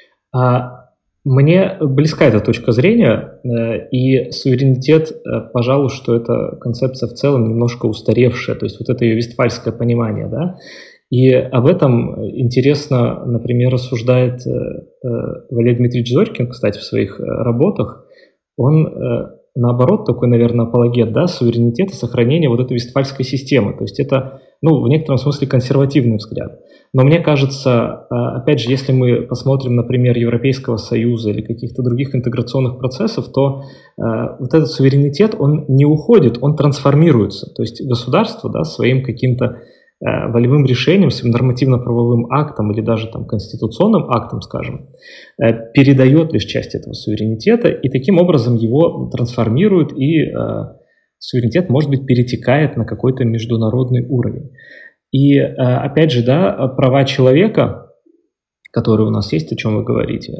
Мне близка эта точка зрения, и суверенитет, пожалуй, что эта концепция в целом немножко устаревшая, то есть это ее вестфальское понимание, да, и об этом интересно, например, рассуждает Валерий Дмитриевич Зорькин, кстати, в своих работах. Он наоборот такой, наверное, апологет, да, суверенитета, сохранения этой вестфальской системы, то есть это в некотором смысле консервативный взгляд. Но мне кажется, опять же, если мы посмотрим, например, Европейского Союза или каких-то других интеграционных процессов, то этот суверенитет, он не уходит, он трансформируется. То есть государство, да, своим каким-то волевым решением, своим нормативно-правовым актом или даже конституционным актом, скажем, передает лишь часть этого суверенитета и таким образом его трансформирует, и суверенитет, может быть, перетекает на какой-то международный уровень. И, опять же, да, права человека, которые у нас есть, о чем вы говорите,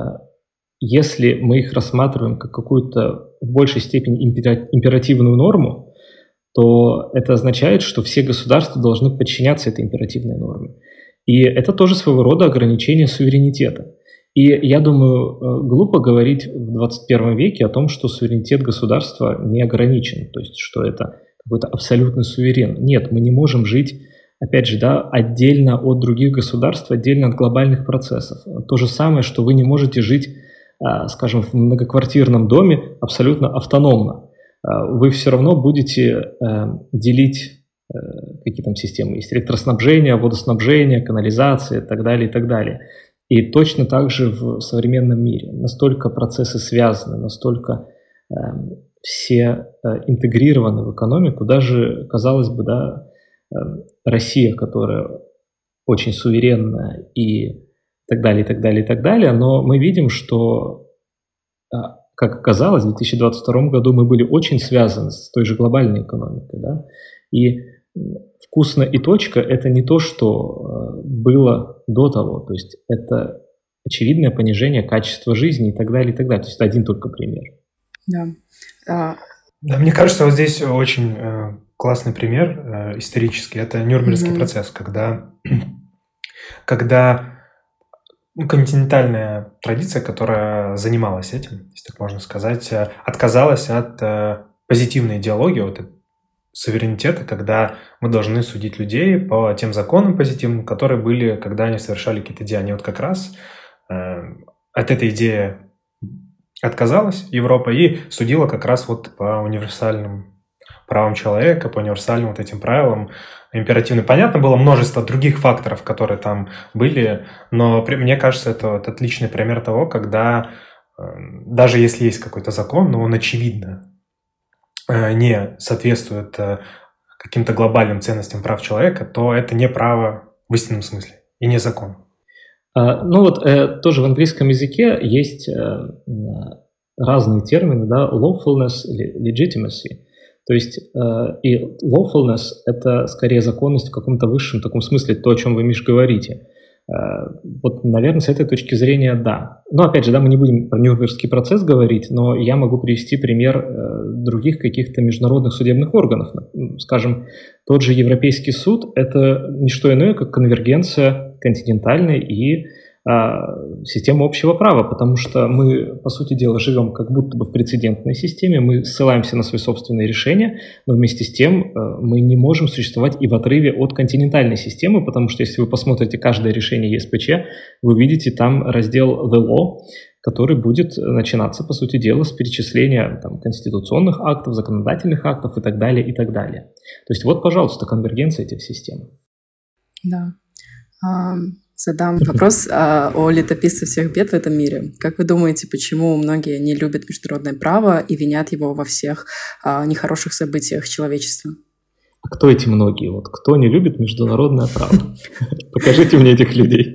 если мы их рассматриваем как какую-то в большей степени императивную норму, то это означает, что все государства должны подчиняться этой императивной норме. И это тоже своего рода ограничение суверенитета. И я думаю, глупо говорить в 21 веке о том, что суверенитет государства не ограничен, то есть что это какой-то абсолютный суверен. Нет, мы не можем жить, опять же, да, отдельно от других государств, отдельно от глобальных процессов. То же самое, что вы не можете жить, скажем, в многоквартирном доме абсолютно автономно. Вы все равно будете делить какие там системы есть: электроснабжение, водоснабжение, канализация и так далее, и так далее. И точно так же в современном мире. Настолько процессы связаны, настолько все интегрированы в экономику. Даже, казалось бы, да, Россия, которая очень суверенная и так далее, и так далее, и так далее. Но мы видим, что, как оказалось, в 2022 году мы были очень связаны с той же глобальной экономикой. Да? И вкусно и точка – это не то, что было до того. То есть это очевидное понижение качества жизни и так далее, и так далее. То есть это один только пример. Да. Да, мне кажется, вот здесь очень классный пример исторический. Это Нюрнбергский процесс, когда континентальная традиция, которая занималась этим, если так можно сказать, отказалась от позитивной идеологии, от суверенитета, когда мы должны судить людей по тем законам позитивным, которые были, когда они совершали какие-то деяния. Вот как раз от этой идеи отказалась Европа и судила как раз вот по универсальным правам человека, по универсальным вот этим правилам императивным. Понятно, было множество других факторов, которые там были, но мне кажется, это вот отличный пример того, когда даже если есть какой-то закон, но он очевидно не соответствует каким-то глобальным ценностям прав человека, то это не право в истинном смысле и не закон. Тоже в английском языке есть разные термины, да, lawfulness или legitimacy. То есть и lawfulness – это скорее законность в каком-то высшем таком смысле, то, о чем вы, Миш, говорите. Наверное, с этой точки зрения, да. Но, опять же, да, мы не будем про Нюрнбергский процесс говорить, но я могу привести пример других каких-то международных судебных органов. Скажем, тот же Европейский суд – это не что иное, как конвергенция континентальной и системы общего права, потому что мы, по сути дела, живем как будто бы в прецедентной системе, мы ссылаемся на свои собственные решения, но вместе с тем мы не можем существовать и в отрыве от континентальной системы, потому что если вы посмотрите каждое решение ЕСПЧ, вы видите там раздел «The Law», который будет начинаться, по сути дела, с перечисления конституционных актов, законодательных актов и так далее, и так далее. То есть вот, пожалуйста, конвергенция этих систем. Да. Задам вопрос о летописце всех бед в этом мире. Как вы думаете, почему многие не любят международное право и винят его во всех нехороших событиях человечества? А кто эти многие? Вот кто не любит международное право? Покажите мне этих людей.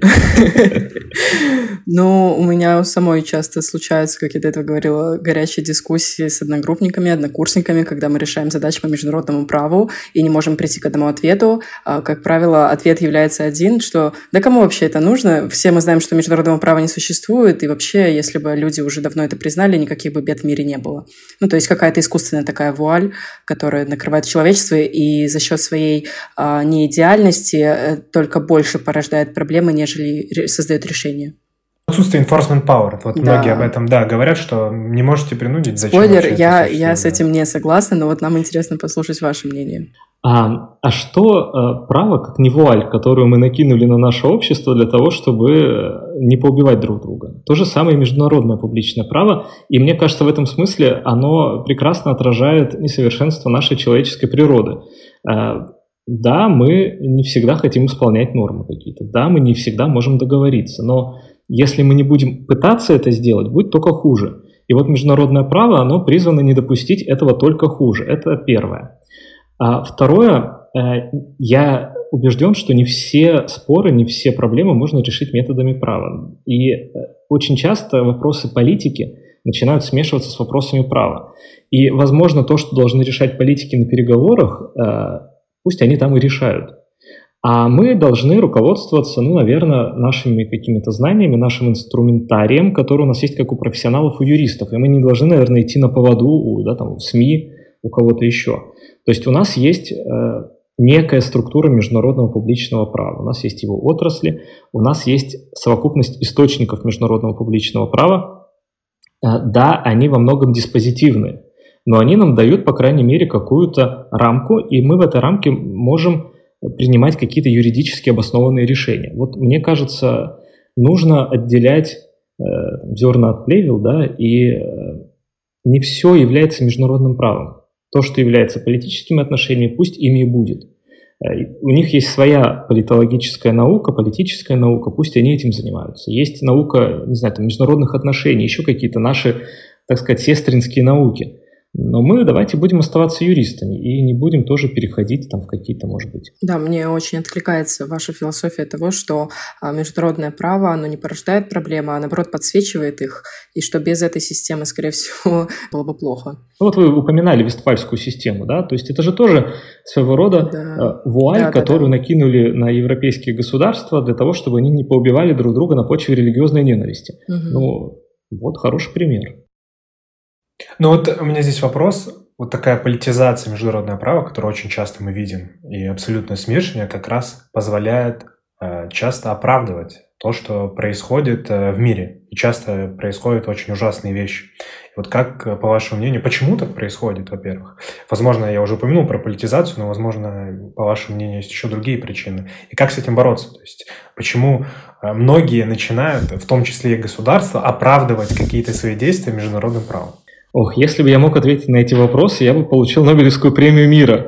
Ну, у меня у самой часто случаются, как я до этого говорила, горячие дискуссии с одногруппниками, однокурсниками, когда мы решаем задачи по международному праву и не можем прийти к одному ответу. Как правило, ответ является один, что да кому вообще это нужно? Все мы знаем, что международного права не существует, и вообще, если бы люди уже давно это признали, никаких бы бед в мире не было. Ну, то есть какая-то искусственная такая вуаль, которая накрывает человечество, и за счет своей неидеальности только больше порождает проблемы, нежели создает решения. Отсутствие enforcement power. Вот да. Многие об этом, да, говорят, что не можете принудить. Спойлер, я с этим не согласна, но вот нам интересно послушать ваше мнение. А что право, как не вуаль, которую мы накинули на наше общество для того, чтобы не поубивать друг друга? То же самое и международное публичное право, и мне кажется, в этом смысле оно прекрасно отражает несовершенство нашей человеческой природы. Да, мы не всегда хотим исполнять нормы какие-то, да, мы не всегда можем договориться, но если мы не будем пытаться это сделать, будет только хуже. И вот международное право, оно призвано не допустить этого только хуже. Это первое. А второе, я убежден, что не все споры, не все проблемы можно решить методами права. И очень часто вопросы политики начинают смешиваться с вопросами права. И, возможно, то, что должны решать политики на переговорах, пусть они там и решают. А мы должны руководствоваться, наверное, нашими какими-то знаниями, нашим инструментарием, который у нас есть как у профессионалов, у юристов. И мы не должны, наверное, идти на поводу у СМИ, у кого-то еще. То есть у нас есть некая структура международного публичного права. У нас есть его отрасли, у нас есть совокупность источников международного публичного права. Да, они во многом диспозитивны, но они нам дают, по крайней мере, какую-то рамку, и мы в этой рамке можем принимать какие-то юридически обоснованные решения. Вот мне кажется, нужно отделять зерна от плевел, да, и не все является международным правом. То, что является политическими отношениями, пусть ими и будет. У них есть своя политологическая наука, политическая наука, пусть они этим занимаются. Есть наука, не знаю, международных отношений, еще какие-то наши, так сказать, сестринские науки. Но мы давайте будем оставаться юристами и не будем тоже переходить в какие-то, может быть. Да, мне очень откликается ваша философия того, что международное право, оно не порождает проблемы, а наоборот подсвечивает их, и что без этой системы, скорее всего, было бы плохо. Вот вы упоминали Вестфальскую систему, да, то есть это же тоже своего рода вуаль, которую накинули на европейские государства для того, чтобы они не поубивали друг друга на почве религиозной ненависти. Ну, вот хороший пример. Ну вот у меня здесь вопрос. Вот такая политизация международного права, которую очень часто мы видим, и абсолютное смешивание как раз позволяет часто оправдывать то, что происходит в мире. И часто происходят очень ужасные вещи. И вот как, по вашему мнению, почему так происходит, во-первых? Возможно, я уже упомянул про политизацию, но, возможно, по вашему мнению, есть еще другие причины. И как с этим бороться? То есть почему многие начинают, в том числе и государства, оправдывать какие-то свои действия международным правом? Ох, если бы я мог ответить на эти вопросы, я бы получил Нобелевскую премию мира.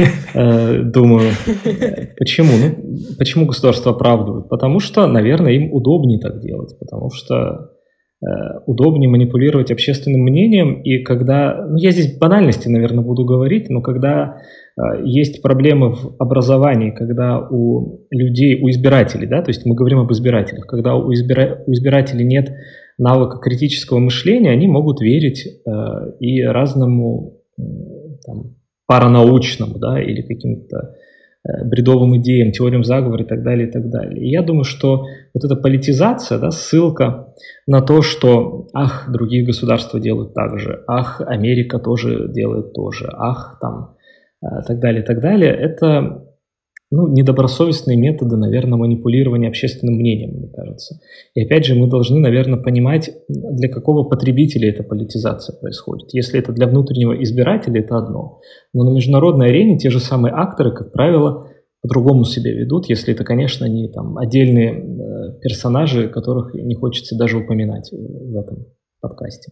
Думаю. Почему? Почему государство оправдывает? Потому что, наверное, им удобнее так делать. Потому что удобнее манипулировать общественным мнением. И когда... я здесь банальности, наверное, буду говорить, но когда есть проблемы в образовании, когда у людей, у избирателей, да, то есть мы говорим об избирателях, когда у избирателей нет навыка критического мышления, они могут верить и разному там, паранаучному, да, или каким-то бредовым идеям, теориям заговора и так далее, и так далее. И я думаю, что вот эта политизация, да, ссылка на то, что ах, другие государства делают так же, ах, Америка тоже делает то же, ах, там, так далее, это недобросовестные методы, наверное, манипулирования общественным мнением, мне кажется. И опять же, мы должны, наверное, понимать, для какого потребителя эта политизация происходит. Если это для внутреннего избирателя, это одно. Но на международной арене те же самые акторы, как правило, по-другому себя ведут, если это, конечно, не там отдельные персонажи, которых не хочется даже упоминать в этом подкасте.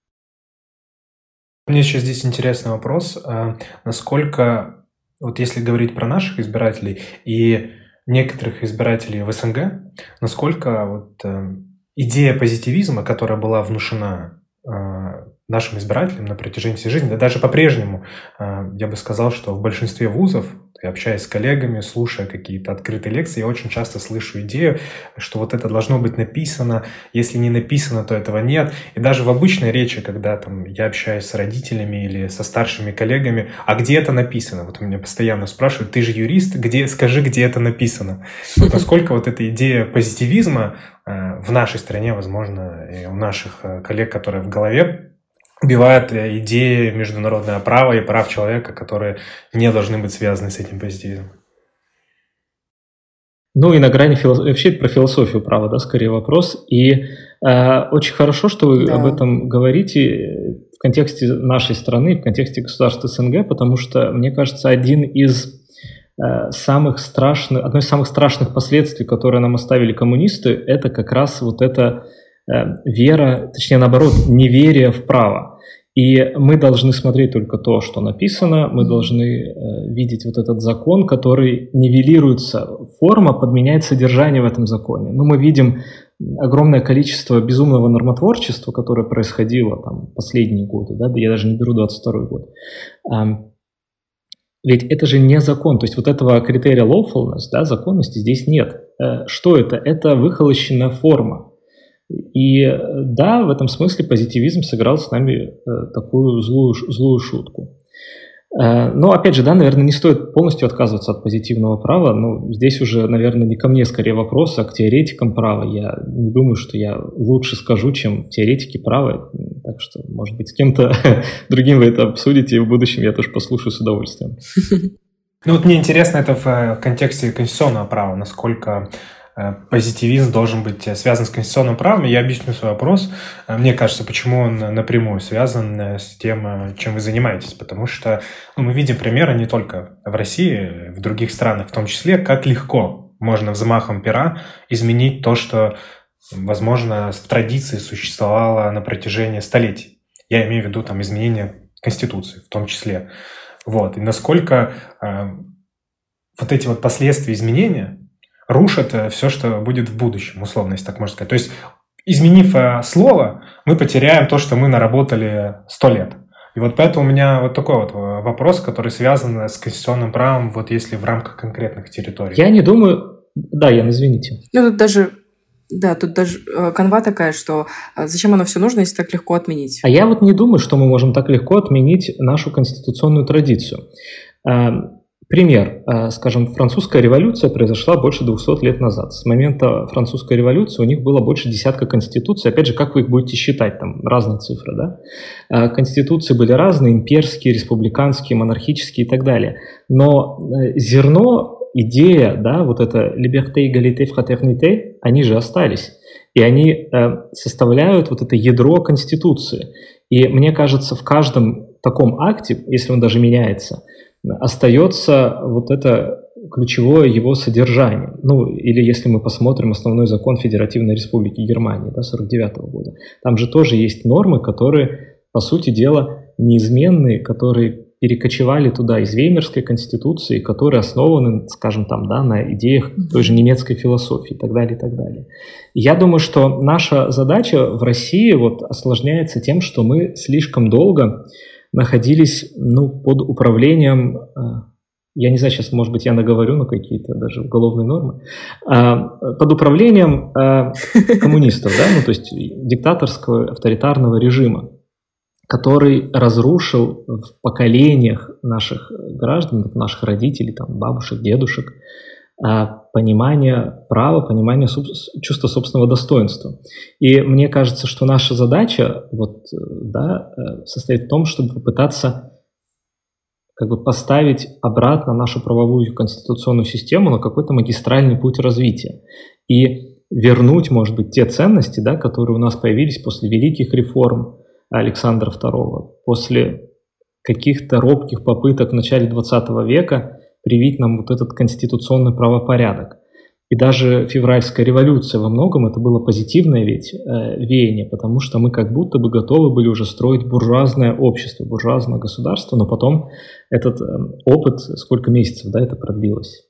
Мне еще здесь интересный вопрос. Насколько... Вот если говорить про наших избирателей и некоторых избирателей в СНГ, насколько вот идея позитивизма, которая была внушена нашим избирателям на протяжении всей жизни, да даже по-прежнему, я бы сказал, что в большинстве вузов, общаясь с коллегами, слушая какие-то открытые лекции, я очень часто слышу идею, что вот это должно быть написано, если не написано, то этого нет. И даже в обычной речи, когда там, я общаюсь с родителями или со старшими коллегами, а где это написано? Вот меня постоянно спрашивают, ты же юрист, скажи, где это написано? Вот насколько вот эта идея позитивизма в нашей стране, возможно, и у наших коллег, которые в голове, убивает идеи международного права и прав человека, которые не должны быть связаны с этим позитивизмом. И на грани вообще про философию права, да, скорее вопрос. И очень хорошо, что вы об этом говорите в контексте нашей страны, в контексте государств СНГ, потому что, мне кажется, одно из самых страшных последствий, которые нам оставили коммунисты, это как раз вот эта вера, точнее, наоборот, неверие в право. И мы должны смотреть только то, что написано, мы должны видеть вот этот закон, который нивелируется, форма подменяет содержание в этом законе. Мы видим огромное количество безумного нормотворчества, которое происходило там последние годы, да, я даже не беру 22 год. Ведь это же не закон, то есть вот этого критерия lawfulness, да, законности здесь нет. Что это? Это выхолощенная форма. И да, в этом смысле позитивизм сыграл с нами такую злую шутку. Но опять же, да, наверное, не стоит полностью отказываться от позитивного права, но здесь уже, наверное, не ко мне скорее вопрос, а к теоретикам права. Я не думаю, что я лучше скажу, чем теоретики права, так что, может быть, с кем-то другим вы это обсудите, и в будущем я тоже послушаю с удовольствием. Вот мне интересно это в контексте конституционного права, насколько позитивизм должен быть связан с конституционным правом. Я объясню свой вопрос. Мне кажется, почему он напрямую связан с тем, чем вы занимаетесь. Потому что мы видим примеры не только в России, в других странах в том числе, как легко можно взмахом пера изменить то, что, возможно, в традиции существовало на протяжении столетий. Я имею в виду там изменение Конституции в том числе. Вот. И насколько вот эти вот последствия изменения рушат все, что будет в будущем, условно, если так можно сказать. То есть, изменив слово, мы потеряем то, что мы наработали 100 лет. И вот поэтому у меня вот такой вот вопрос, который связан с конституционным правом, вот если в рамках конкретных территорий. Я не думаю... Да, Ян, извините. Тут даже канва такая, что зачем оно все нужно, если так легко отменить? А я вот не думаю, что мы можем так легко отменить нашу конституционную традицию. Пример. Скажем, французская революция произошла больше 200 лет назад. С момента французской революции у них было больше десятка конституций. Опять же, как вы их будете считать? Там разные цифры, да? Конституции были разные, имперские, республиканские, монархические и так далее. Но зерно, идея, да, вот это liberté, égalité, fraternité, они же остались. И они составляют вот это ядро Конституции. И мне кажется, в каждом таком акте, если он даже меняется, остается вот это ключевое его содержание. Или если мы посмотрим основной закон Федеративной Республики Германии, да, 49-го года, там же тоже есть нормы, которые, по сути дела, неизменные, которые перекочевали туда из Веймарской конституции, которые основаны, скажем, там, да, на идеях той же немецкой философии и так далее, и так далее. Я думаю, что наша задача в России вот осложняется тем, что мы слишком долго находились под управлением я не знаю, сейчас, может быть, я наговорю на какие-то даже уголовные нормы, под управлением коммунистов, да, ну, то есть диктаторского авторитарного режима, который разрушил в поколениях наших граждан, наших родителей, там, бабушек, дедушек, понимание права, понимание чувства собственного достоинства. И мне кажется, что наша задача состоит в том, чтобы попытаться поставить обратно нашу правовую конституционную систему на какой-то магистральный путь развития и вернуть, может быть, те ценности, да, которые у нас появились после великих реформ Александра II, после каких-то робких попыток в начале XX века привить нам вот этот конституционный правопорядок. И даже февральская революция во многом это было позитивное веяние, потому что мы как будто бы готовы были уже строить буржуазное общество, буржуазное государство, но потом этот опыт, сколько месяцев, да, это продлилось?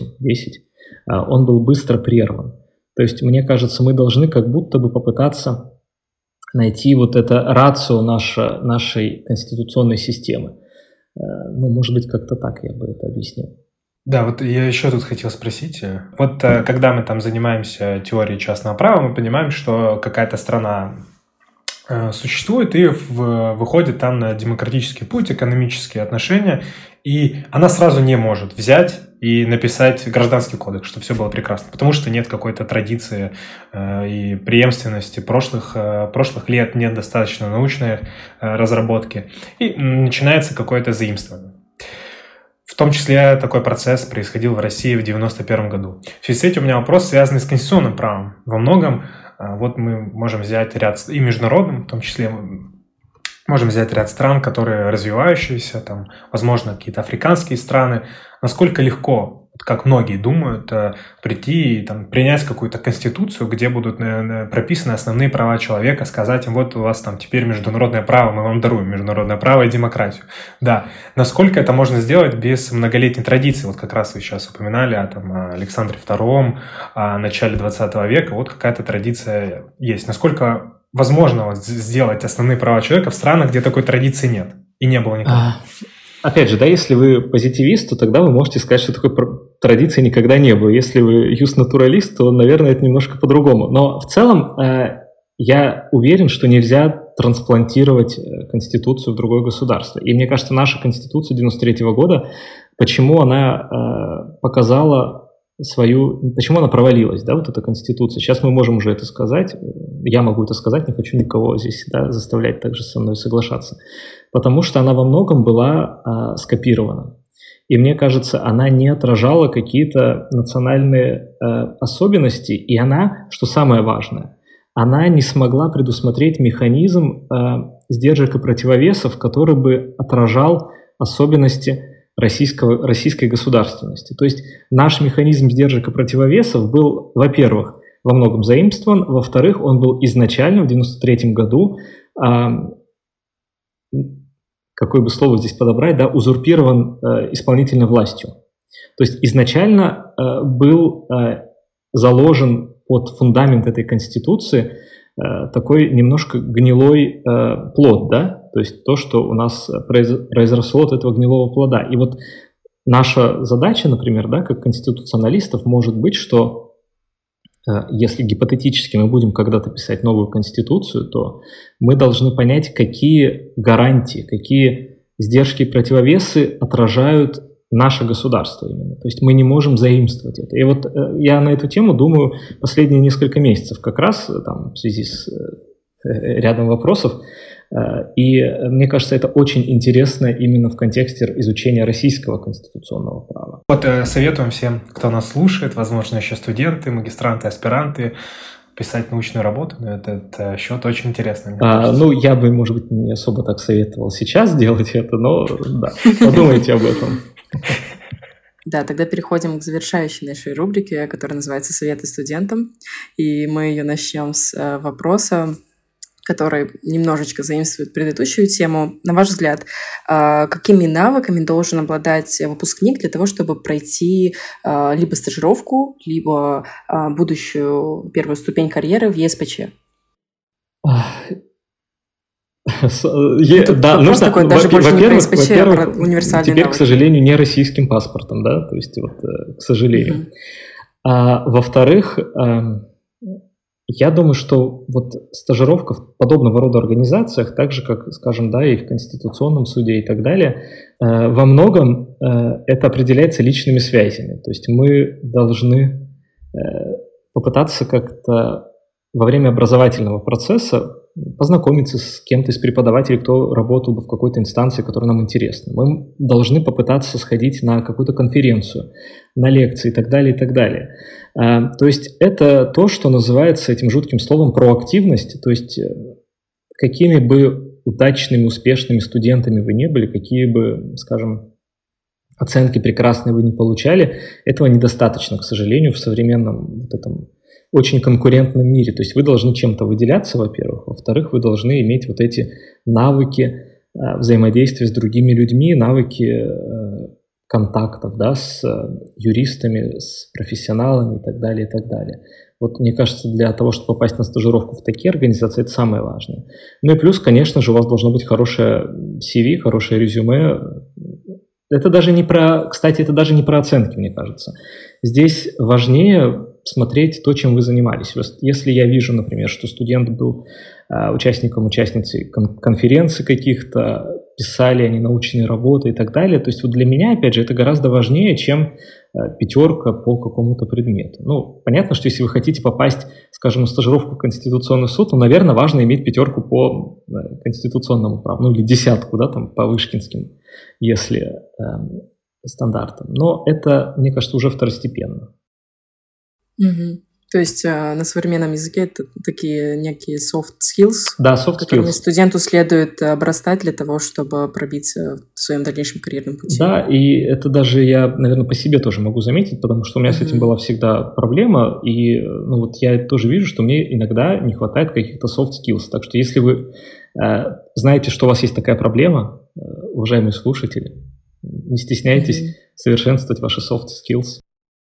8-10? Он был быстро прерван. То есть, мне кажется, мы должны как будто бы попытаться найти вот это рацио нашей конституционной системы. Ну, может быть, как-то так я бы это объяснил. Да, вот я еще тут хотел спросить. Вот когда мы там занимаемся теорией частного права, мы понимаем, что какая-то страна существует и выходит там на демократический путь, экономические отношения, и она сразу не может взять и написать гражданский кодекс, чтобы все было прекрасно, потому что нет какой-то традиции и преемственности прошлых лет, нет достаточно научной разработки, и начинается какое-то заимствование. В том числе такой процесс происходил в России в 1991 году. В связи с этим у меня вопрос, связанный с конституционным правом. Во многом вот мы можем взять ряд, и международным, в том числе можем взять ряд стран, которые развивающиеся, там, возможно, какие-то африканские страны. Насколько легко, как многие думают, прийти и там, принять какую-то конституцию, где будут прописаны основные права человека, сказать им, вот у вас там теперь международное право, мы вам даруем международное право и демократию. Да, насколько это можно сделать без многолетней традиции? Вот как раз вы сейчас упоминали о Александре II, о начале 20 века, вот какая-то традиция есть. Насколько возможно сделать основные права человека в странах, где такой традиции нет и не было никогда? Опять же, да, если вы позитивист, то тогда вы можете сказать, что такой традиции никогда не было. Если вы юст-натуралист, то, наверное, это немножко по-другому. Но в целом я уверен, что нельзя трансплантировать Конституцию в другое государство. И мне кажется, наша Конституция 93 года, почему она почему она провалилась, да, вот эта Конституция. Сейчас мы можем уже это сказать, я могу это сказать, не хочу никого здесь, да, заставлять также со мной соглашаться, потому что она во многом была скопирована. И мне кажется, она не отражала какие-то национальные особенности, и она, что самое важное, она не смогла предусмотреть механизм сдержек и противовесов, который бы отражал особенности российской государственности. То есть наш механизм сдержек и противовесов был, во-первых, во многом заимствован, во-вторых, он был изначально в 1993 году, какое бы слово здесь подобрать, да, узурпирован исполнительной властью. То есть изначально был заложен под фундамент этой Конституции такой немножко гнилой плод, да, то есть то, что у нас произросло от этого гнилого плода. И вот наша задача, например, да, как конституционалистов, может быть, что если гипотетически мы будем когда-то писать новую Конституцию, то мы должны понять, какие гарантии, какие сдержки и противовесы отражают наше государство именно. То есть мы не можем заимствовать это. И вот я на эту тему думаю последние несколько месяцев, как раз там, в связи с рядом вопросов. И мне кажется, это очень интересно именно в контексте изучения российского конституционного права. Вот советуем всем, кто нас слушает, возможно, еще студенты, магистранты, аспиранты, писать научную работу на этот счет. Очень интересно. Ну, я бы, может быть, не особо так советовал сейчас делать это, но да, подумайте об этом. Да, тогда переходим к завершающей нашей рубрике, которая называется «Советы студентам». И мы ее начнем с вопроса, который немножечко заимствует предыдущую тему. На ваш взгляд, какими навыками должен обладать выпускник для того, чтобы пройти либо стажировку, либо будущую первую ступень карьеры в ЕСПЧ? Да, нужно, такой, даже больше не про СПЧ, а про универсальный теперь, навык. к сожалению, не российским паспортом, да, то есть вот, к сожалению. Во-вторых, я думаю, что вот стажировка в подобного рода организациях, так же, как, скажем, да, и в Конституционном суде и так далее, во многом это определяется личными связями. То есть мы должны попытаться как-то во время образовательного процесса познакомиться с кем-то из преподавателей, кто работал бы в какой-то инстанции, которая нам интересна. Мы должны попытаться сходить на какую-то конференцию, на лекции и так далее, и так далее. То есть это то, что называется этим жутким словом проактивность. То есть какими бы удачными, успешными студентами вы не были, какие бы, скажем, оценки прекрасные вы не получали, этого недостаточно, к сожалению, в современном вот этом очень конкурентном мире. То есть вы должны чем-то выделяться, во-первых. Во-вторых, вы должны иметь вот эти навыки взаимодействия с другими людьми, навыки контактов, да, с юристами, с профессионалами и так далее, и так далее. Вот мне кажется, для того, чтобы попасть на стажировку в такие организации, это самое важное. Ну и плюс, конечно же, у вас должно быть хорошее CV, хорошее резюме. Это даже не про, кстати, это даже не про оценки, мне кажется. Здесь важнее смотреть то, чем вы занимались. Если я вижу, например, что студент был участницей конференций каких-то, писали они научные работы и так далее, то есть вот для меня, опять же, это гораздо важнее, чем 5 по какому-то предмету. Ну, понятно, что если вы хотите попасть, скажем, на стажировку в Конституционный суд, то, наверное, важно иметь 5 по конституционному праву, ну или 10, да, там, по вышкинским, если стандартам. Но это, мне кажется, уже второстепенно. Угу. То есть на современном языке это такие некие soft skills, да, soft которыми skills. Студенту следует обрастать для того, чтобы пробиться в своем дальнейшем карьерном пути. Да, и это даже я, наверное, по себе тоже могу заметить, потому что у меня с этим была всегда проблема, и ну, вот я тоже вижу, что мне иногда не хватает каких-то soft skills. Так что если вы знаете, что у вас есть такая проблема, уважаемые слушатели, не стесняйтесь совершенствовать ваши soft skills.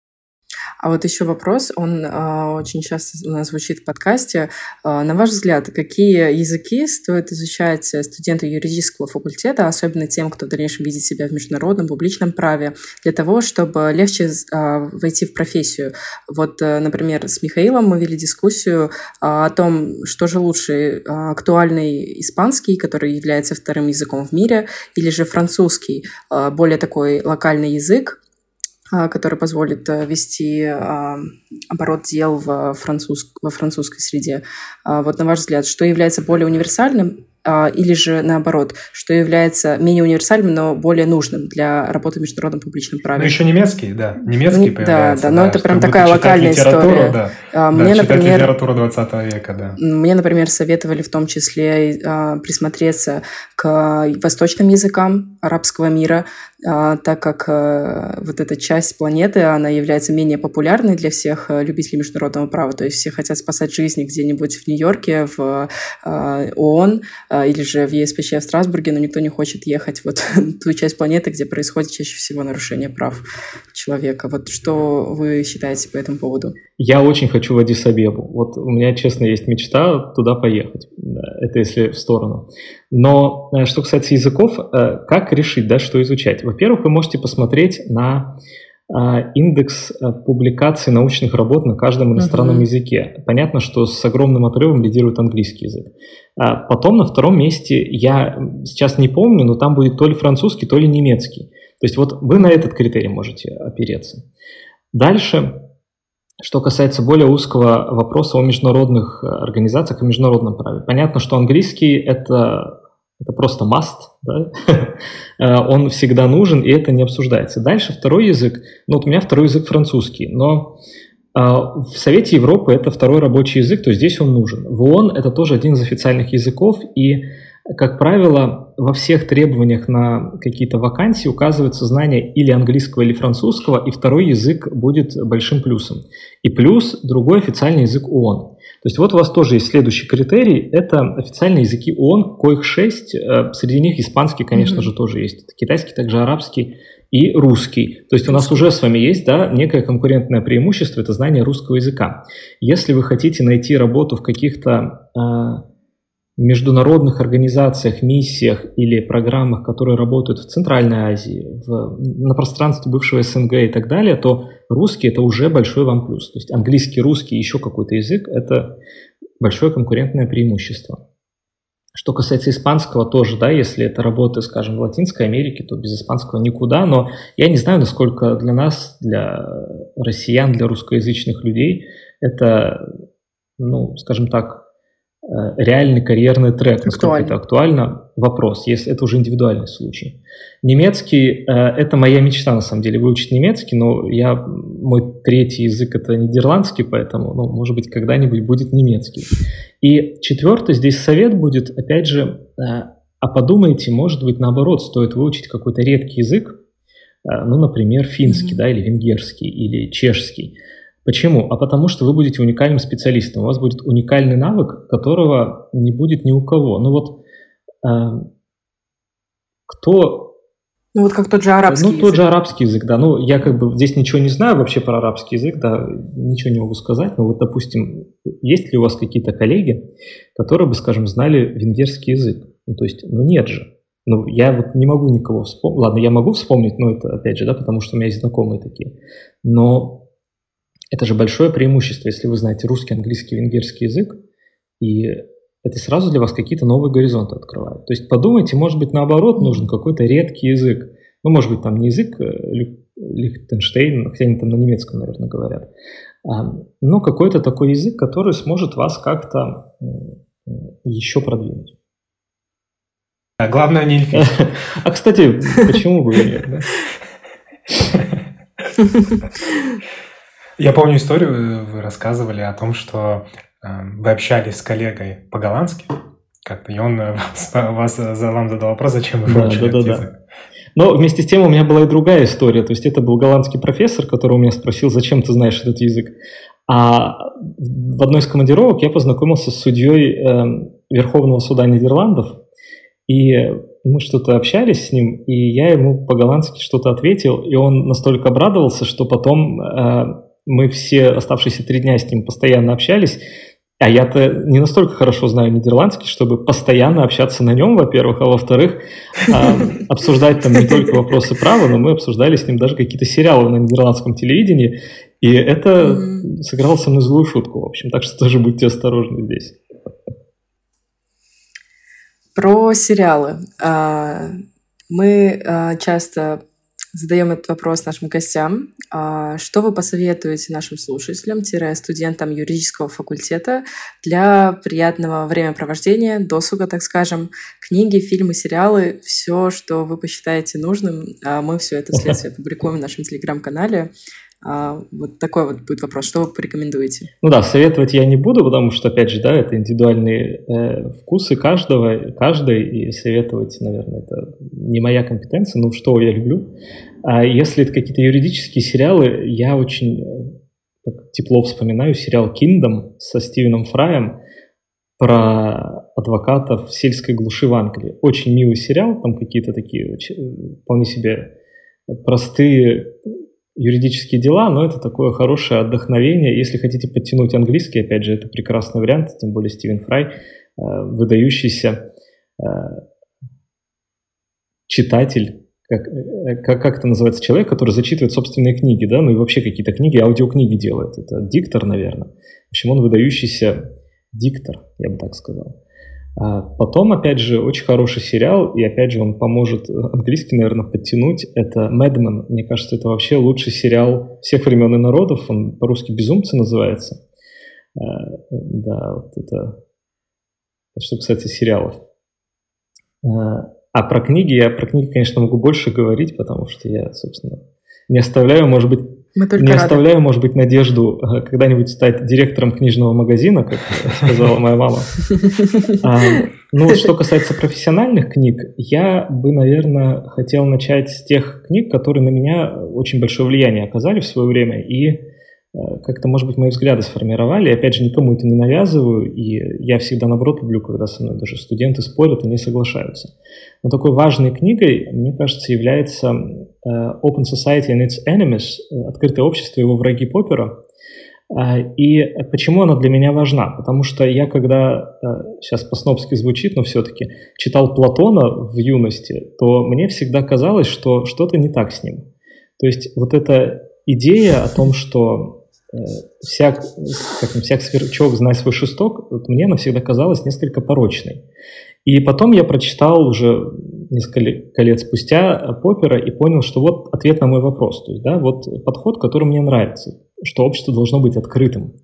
А вот еще вопрос, он очень часто у нас звучит в подкасте. На ваш взгляд, какие языки стоит изучать студенту юридического факультета, особенно тем, кто в дальнейшем видит себя в международном, публичном праве, для того, чтобы легче войти в профессию? Вот, например, с Михаилом мы вели дискуссию о том, что же лучше, актуальный испанский, который является вторым языком в мире, или же французский, более такой локальный язык, который позволит вести оборот дел во французской среде. Вот на ваш взгляд, что является более универсальным, или же наоборот, что является менее универсальным, но более нужным для работы в международном публичном праве? Ну, еще немецкий, да. Немецкий появляется. Да, но это прям такая локальная история. Мне, например, литературу 20 века, да. Мне, например, советовали в том числе присмотреться к восточным языкам арабского мира, так как вот эта часть планеты, она является менее популярной для всех любителей международного права. То есть все хотят спасать жизни где-нибудь в Нью-Йорке, в ООН или же в ЕСПЧ в Страсбурге, но никто не хочет ехать вот в ту часть планеты, где происходит чаще всего нарушение прав человека. Вот что вы считаете по этому поводу? Я очень хочу в Аддис-Абебу. Вот у меня, честно, есть мечта туда поехать. Это если в сторону. Но что касается языков, как решить, да, что изучать? Во-первых, вы можете посмотреть на индекс публикаций научных работ на каждом иностранном языке. Понятно, что с огромным отрывом лидирует английский язык. Потом на втором месте, я сейчас не помню, но там будет то ли французский, то ли немецкий. То есть вот вы на этот критерий можете опереться. Дальше, что касается более узкого вопроса о международных организациях, о международном праве. Понятно, что английский – это просто must, да? Он всегда нужен, и это не обсуждается. Дальше второй язык. Ну, вот у меня второй язык французский, но в Совете Европы это второй рабочий язык, то есть здесь он нужен. В ООН это тоже один из официальных языков, и, как правило, во всех требованиях на какие-то вакансии указывается знание или английского, или французского, и второй язык будет большим плюсом. И плюс другой официальный язык ООН. То есть вот у вас тоже есть следующий критерий, это официальные языки ООН, коих 6, среди них испанский, конечно же, тоже есть, это китайский, также арабский и русский. То есть у нас уже с вами есть, да, некое конкурентное преимущество, это знание русского языка. Если вы хотите найти работу в каких-то международных организациях, миссиях или программах, которые работают в Центральной Азии, на пространстве бывшего СНГ и так далее, то русский – это уже большой вам плюс. То есть английский, русский, еще какой-то язык – это большое конкурентное преимущество. Что касается испанского тоже, да, если это работа, скажем, в Латинской Америке, то без испанского никуда, но я не знаю, насколько для нас, для россиян, для русскоязычных людей это, ну, скажем так, реальный карьерный трек, насколько это актуально, вопрос, если это уже индивидуальный случай. Немецкий – это моя мечта, на самом деле, выучить немецкий, но мой третий язык – это нидерландский, поэтому, ну, может быть, когда-нибудь будет немецкий. И четвертый здесь совет будет, опять же, а подумайте, может быть, наоборот, стоит выучить какой-то редкий язык, ну, например, финский, да, или венгерский, или чешский. Почему? А потому что вы будете уникальным специалистом. У вас будет уникальный навык, которого не будет ни у кого. Ну вот кто... Ну вот как тот же арабский язык. Ну тот же арабский язык, да. Ну я как бы здесь ничего не знаю вообще про арабский язык, да, ничего не могу сказать. Но вот, допустим, есть ли у вас какие-то коллеги, которые бы, скажем, знали венгерский язык? Ну то есть, ну нет же. Ну я вот не могу никого вспомнить. Ладно, я могу вспомнить, но это опять же, да, потому что у меня есть знакомые такие. Но... Это же большое преимущество, если вы знаете русский, английский, венгерский язык, и это сразу для вас какие-то новые горизонты открывает. То есть подумайте, может быть, наоборот, нужен какой-то редкий язык. Ну, может быть, там не язык Лихтенштейн, хотя они там на немецком, наверное, говорят, но какой-то такой язык, который сможет вас как-то еще продвинуть. А главное, не эльфийский. А, кстати, почему бы и нет, да? Я помню историю, вы рассказывали о том, что вы общались с коллегой по-голландски, как-то, и он вам задал вопрос, зачем вы учили этот язык. Но вместе с тем у меня была и другая история. То есть это был голландский профессор, который у меня спросил, зачем ты знаешь этот язык. А в одной из командировок я познакомился с судьей Верховного суда Нидерландов, и мы что-то общались с ним, и я ему по-голландски что-то ответил, и он настолько обрадовался, что потом... Мы все оставшиеся 3 дня с ним постоянно общались, а я-то не настолько хорошо знаю нидерландский, чтобы постоянно общаться на нем, во-первых, а во-вторых, обсуждать там не только вопросы права, но мы обсуждали с ним даже какие-то сериалы на нидерландском телевидении, и это сыграло со мной злую шутку, в общем, так что тоже будьте осторожны здесь. Про сериалы. Мы часто задаем этот вопрос нашим гостям. Что вы посоветуете нашим слушателям, студентам юридического факультета для приятного времяпровождения, досуга, так скажем, книги, фильмы, сериалы, все, что вы посчитаете нужным. Мы все это вследствие публикуем в нашем телеграм-канале. Вот такой вот будет вопрос. Что вы порекомендуете? Ну да, советовать я не буду, потому что, опять же, да, это индивидуальные вкусы каждой, и советовать, наверное, это не моя компетенция, но что я люблю. А если это какие-то юридические сериалы, я очень тепло вспоминаю сериал «Kingdom» со Стивеном Фраем про адвокатов в сельской глуши в Англии. Очень милый сериал, там какие-то такие вполне себе простые юридические дела, но это такое хорошее отдохновение. Если хотите подтянуть английский, опять же, это прекрасный вариант, тем более Стивен Фрай, выдающийся читатель, как это называется, человек, который зачитывает собственные книги, да, ну и вообще какие-то книги, аудиокниги делает. Это диктор, наверное. В общем, он выдающийся диктор, я бы так сказал. Потом, опять же, очень хороший сериал, и, опять же, он поможет английский, наверное, подтянуть. Это «Mad Men». Мне кажется, это вообще лучший сериал всех времен и народов. Он по-русски «Безумцы» называется. Да, вот это что касается сериалов. А про книги, конечно, могу больше говорить, потому что я, собственно, не оставляю, может быть, надежду когда-нибудь стать директором книжного магазина, как сказала моя мама. Ну, вот что касается профессиональных книг, я бы, наверное, хотел начать с тех книг, которые на меня очень большое влияние оказали в свое время и как-то, может быть, мои взгляды сформировали. И, опять же, никому это не навязываю, и я всегда, наоборот, люблю, когда со мной даже студенты спорят и не соглашаются. Но такой важной книгой, мне кажется, является Open Society and Its Enemies, «Открытое общество и его враги» Поппера. И почему она для меня важна? Потому что я, когда, сейчас по-снобски звучит, но все-таки читал Платона в юности, то мне всегда казалось, что что-то не так с ним. То есть вот эта идея о том, что всяк сверчок знает свой шесток, вот мне она всегда казалась несколько порочной. И потом я прочитал уже несколько лет спустя Поппера и понял, что вот ответ на мой вопрос. То есть, да, вот подход, который мне нравится, что общество должно быть открытым.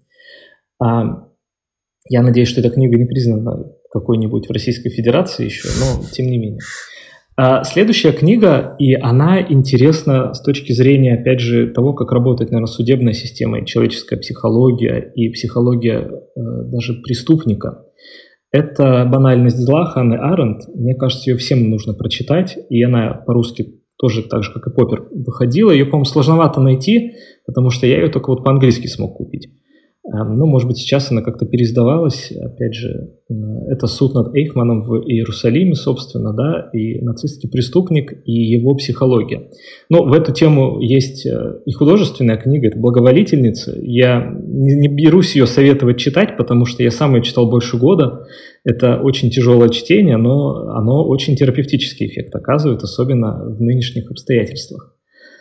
Я надеюсь, что эта книга не признана какой-нибудь в Российской Федерации еще, но тем не менее. Следующая книга, и она интересна с точки зрения, опять же, того, как работает, наверное, судебная система и человеческая психология, и психология даже преступника. Это «Банальность зла» Ханны Аренд. Мне кажется, ее всем нужно прочитать, и она по-русски тоже так же, как и Поппер, выходила. Ее, по-моему, сложновато найти, потому что я ее только вот по-английски смог купить. Ну, может быть, сейчас она как-то переиздавалась. Опять же, это суд над Эйхманом в Иерусалиме, собственно, да, и нацистский преступник, и его психология. Но в эту тему есть и художественная книга, это «Благоволительница». Я не берусь ее советовать читать, потому что я сам ее читал больше года. Это очень тяжелое чтение, но оно очень терапевтический эффект оказывает, особенно в нынешних обстоятельствах.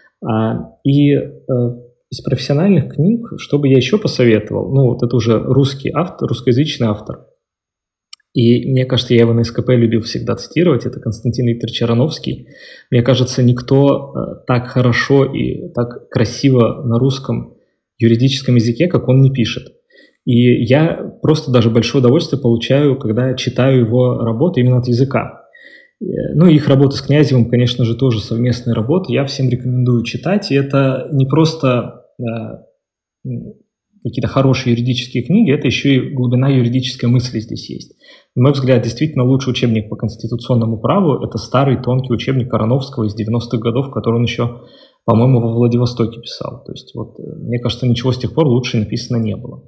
Из профессиональных книг, что бы я еще посоветовал, ну, вот это уже русский автор, русскоязычный автор. И мне кажется, я его на СКП любил всегда цитировать, это Константин Викторович Ароновский. Мне кажется, никто так хорошо и так красиво на русском юридическом языке, как он, не пишет. И я просто даже большое удовольствие получаю, когда читаю его работы именно от языка. Ну, их работы с Князевым, конечно же, тоже совместные работы. Я всем рекомендую читать. И это не просто какие-то хорошие юридические книги, это еще и глубина юридической мысли здесь есть. На мой взгляд, действительно лучший учебник по конституционному праву – это старый тонкий учебник Ароновского из 90-х годов, который он еще, по-моему, во Владивостоке писал. То есть, вот, мне кажется, ничего с тех пор лучше написано не было.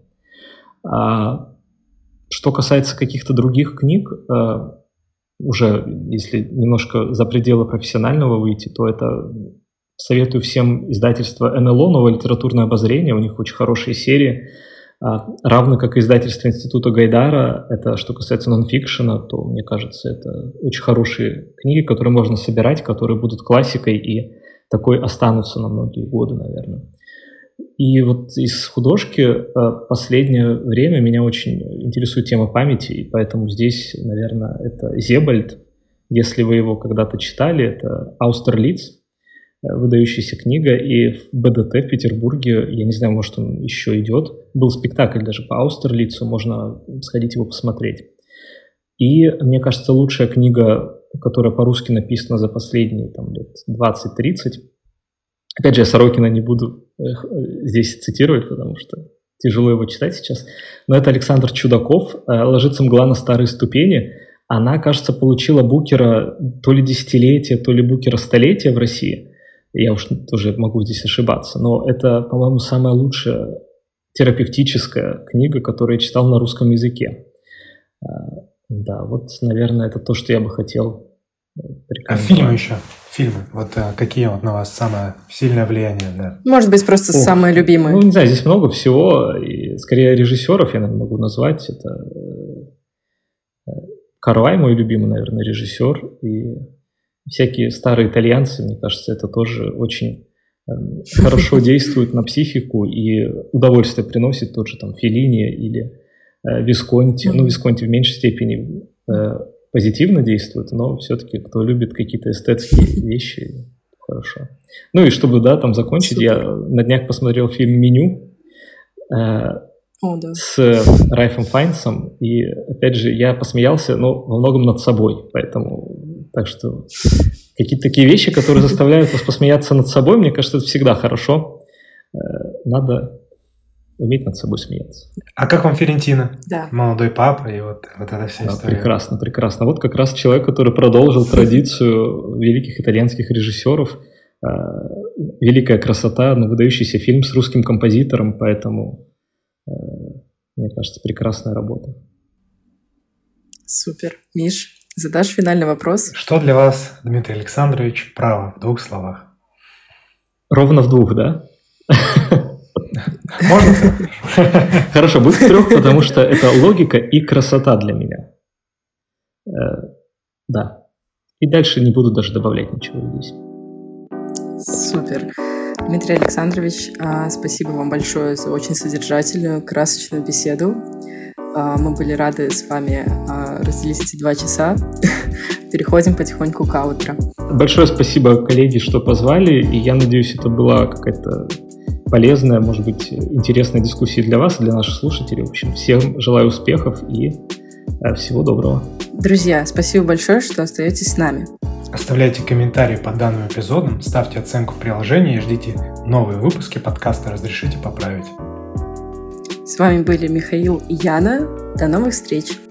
Что касается каких-то других книг, уже если немножко за пределы профессионального выйти, то это советую всем издательство НЛО, «Новое литературное обозрение», у них очень хорошие серии, равно как и издательство Института Гайдара. Это что касается нонфикшена, то, мне кажется, это очень хорошие книги, которые можно собирать, которые будут классикой и такой останутся на многие годы, наверное. И вот из художки последнее время меня очень интересует тема памяти, и поэтому здесь, наверное, это Зебальд. Если вы его когда-то читали, это Аустерлиц, выдающаяся книга, и в БДТ в Петербурге, я не знаю, может, он еще идет, был спектакль даже по Аустерлицу, можно сходить его посмотреть. И, мне кажется, лучшая книга, которая по-русски написана за последние там, лет 20-30, опять же, я Сорокина не буду здесь цитировать, потому что тяжело его читать сейчас, но это Александр Чудаков «Ложится мгла на старые ступени». Она, кажется, получила Букера то ли десятилетия, то ли Букера столетия в России. Я уж тоже могу здесь ошибаться, но это, по-моему, самая лучшая терапевтическая книга, которую я читал на русском языке. Да, вот, наверное, это то, что я бы хотел порекомендовать. А фильмы еще? Фильмы. Вот какие вот на вас самое сильное влияние? Да? Может быть, просто самые любимые. Ну, не знаю, здесь много всего. И скорее режиссеров я, наверное, могу назвать. Это Карвай, мой любимый, наверное, режиссер. И всякие старые итальянцы, мне кажется, это тоже очень хорошо действует на психику и удовольствие приносит тот же там Феллини или Висконти. Ну, Висконти в меньшей степени позитивно действует, но все-таки кто любит какие-то эстетские вещи, хорошо. Ну и чтобы, да, там закончить, супер. Я на днях посмотрел фильм «Меню» с Райфом Файнсом, и, опять же, я посмеялся, но во многом над собой, поэтому, так что какие-то такие вещи, которые заставляют вас посмеяться над собой, мне кажется, это всегда хорошо. Надо уметь над собой смеяться. А как вам Ферентино? Да. Молодой папа и вот эта вся история. Прекрасно, прекрасно. Вот как раз человек, который продолжил традицию великих итальянских режиссеров. Великая красота, но выдающийся фильм с русским композитором, поэтому, мне кажется, прекрасная работа. Супер. Миш, задашь финальный вопрос? Что для вас, Дмитрий Александрович, право в 2 словах? Ровно в 2, да? Можно? Хорошо, будет 3, потому что это логика и красота для меня. Да. И дальше не буду даже добавлять ничего здесь. Супер. Дмитрий Александрович, спасибо вам большое за очень содержательную, красочную беседу. Мы были рады с вами разделить эти 2 часа. Переходим потихоньку к аутро. Большое спасибо, коллеги, что позвали. И я надеюсь, это была какая-то полезная, может быть, интересная дискуссия для вас и для наших слушателей. В общем, всем желаю успехов и всего доброго. Друзья, спасибо большое, что остаетесь с нами. Оставляйте комментарии по данным эпизодам, ставьте оценку в приложении и ждите новые выпуски подкаста «Разрешите поправить». С вами были Михаил и Яна. До новых встреч!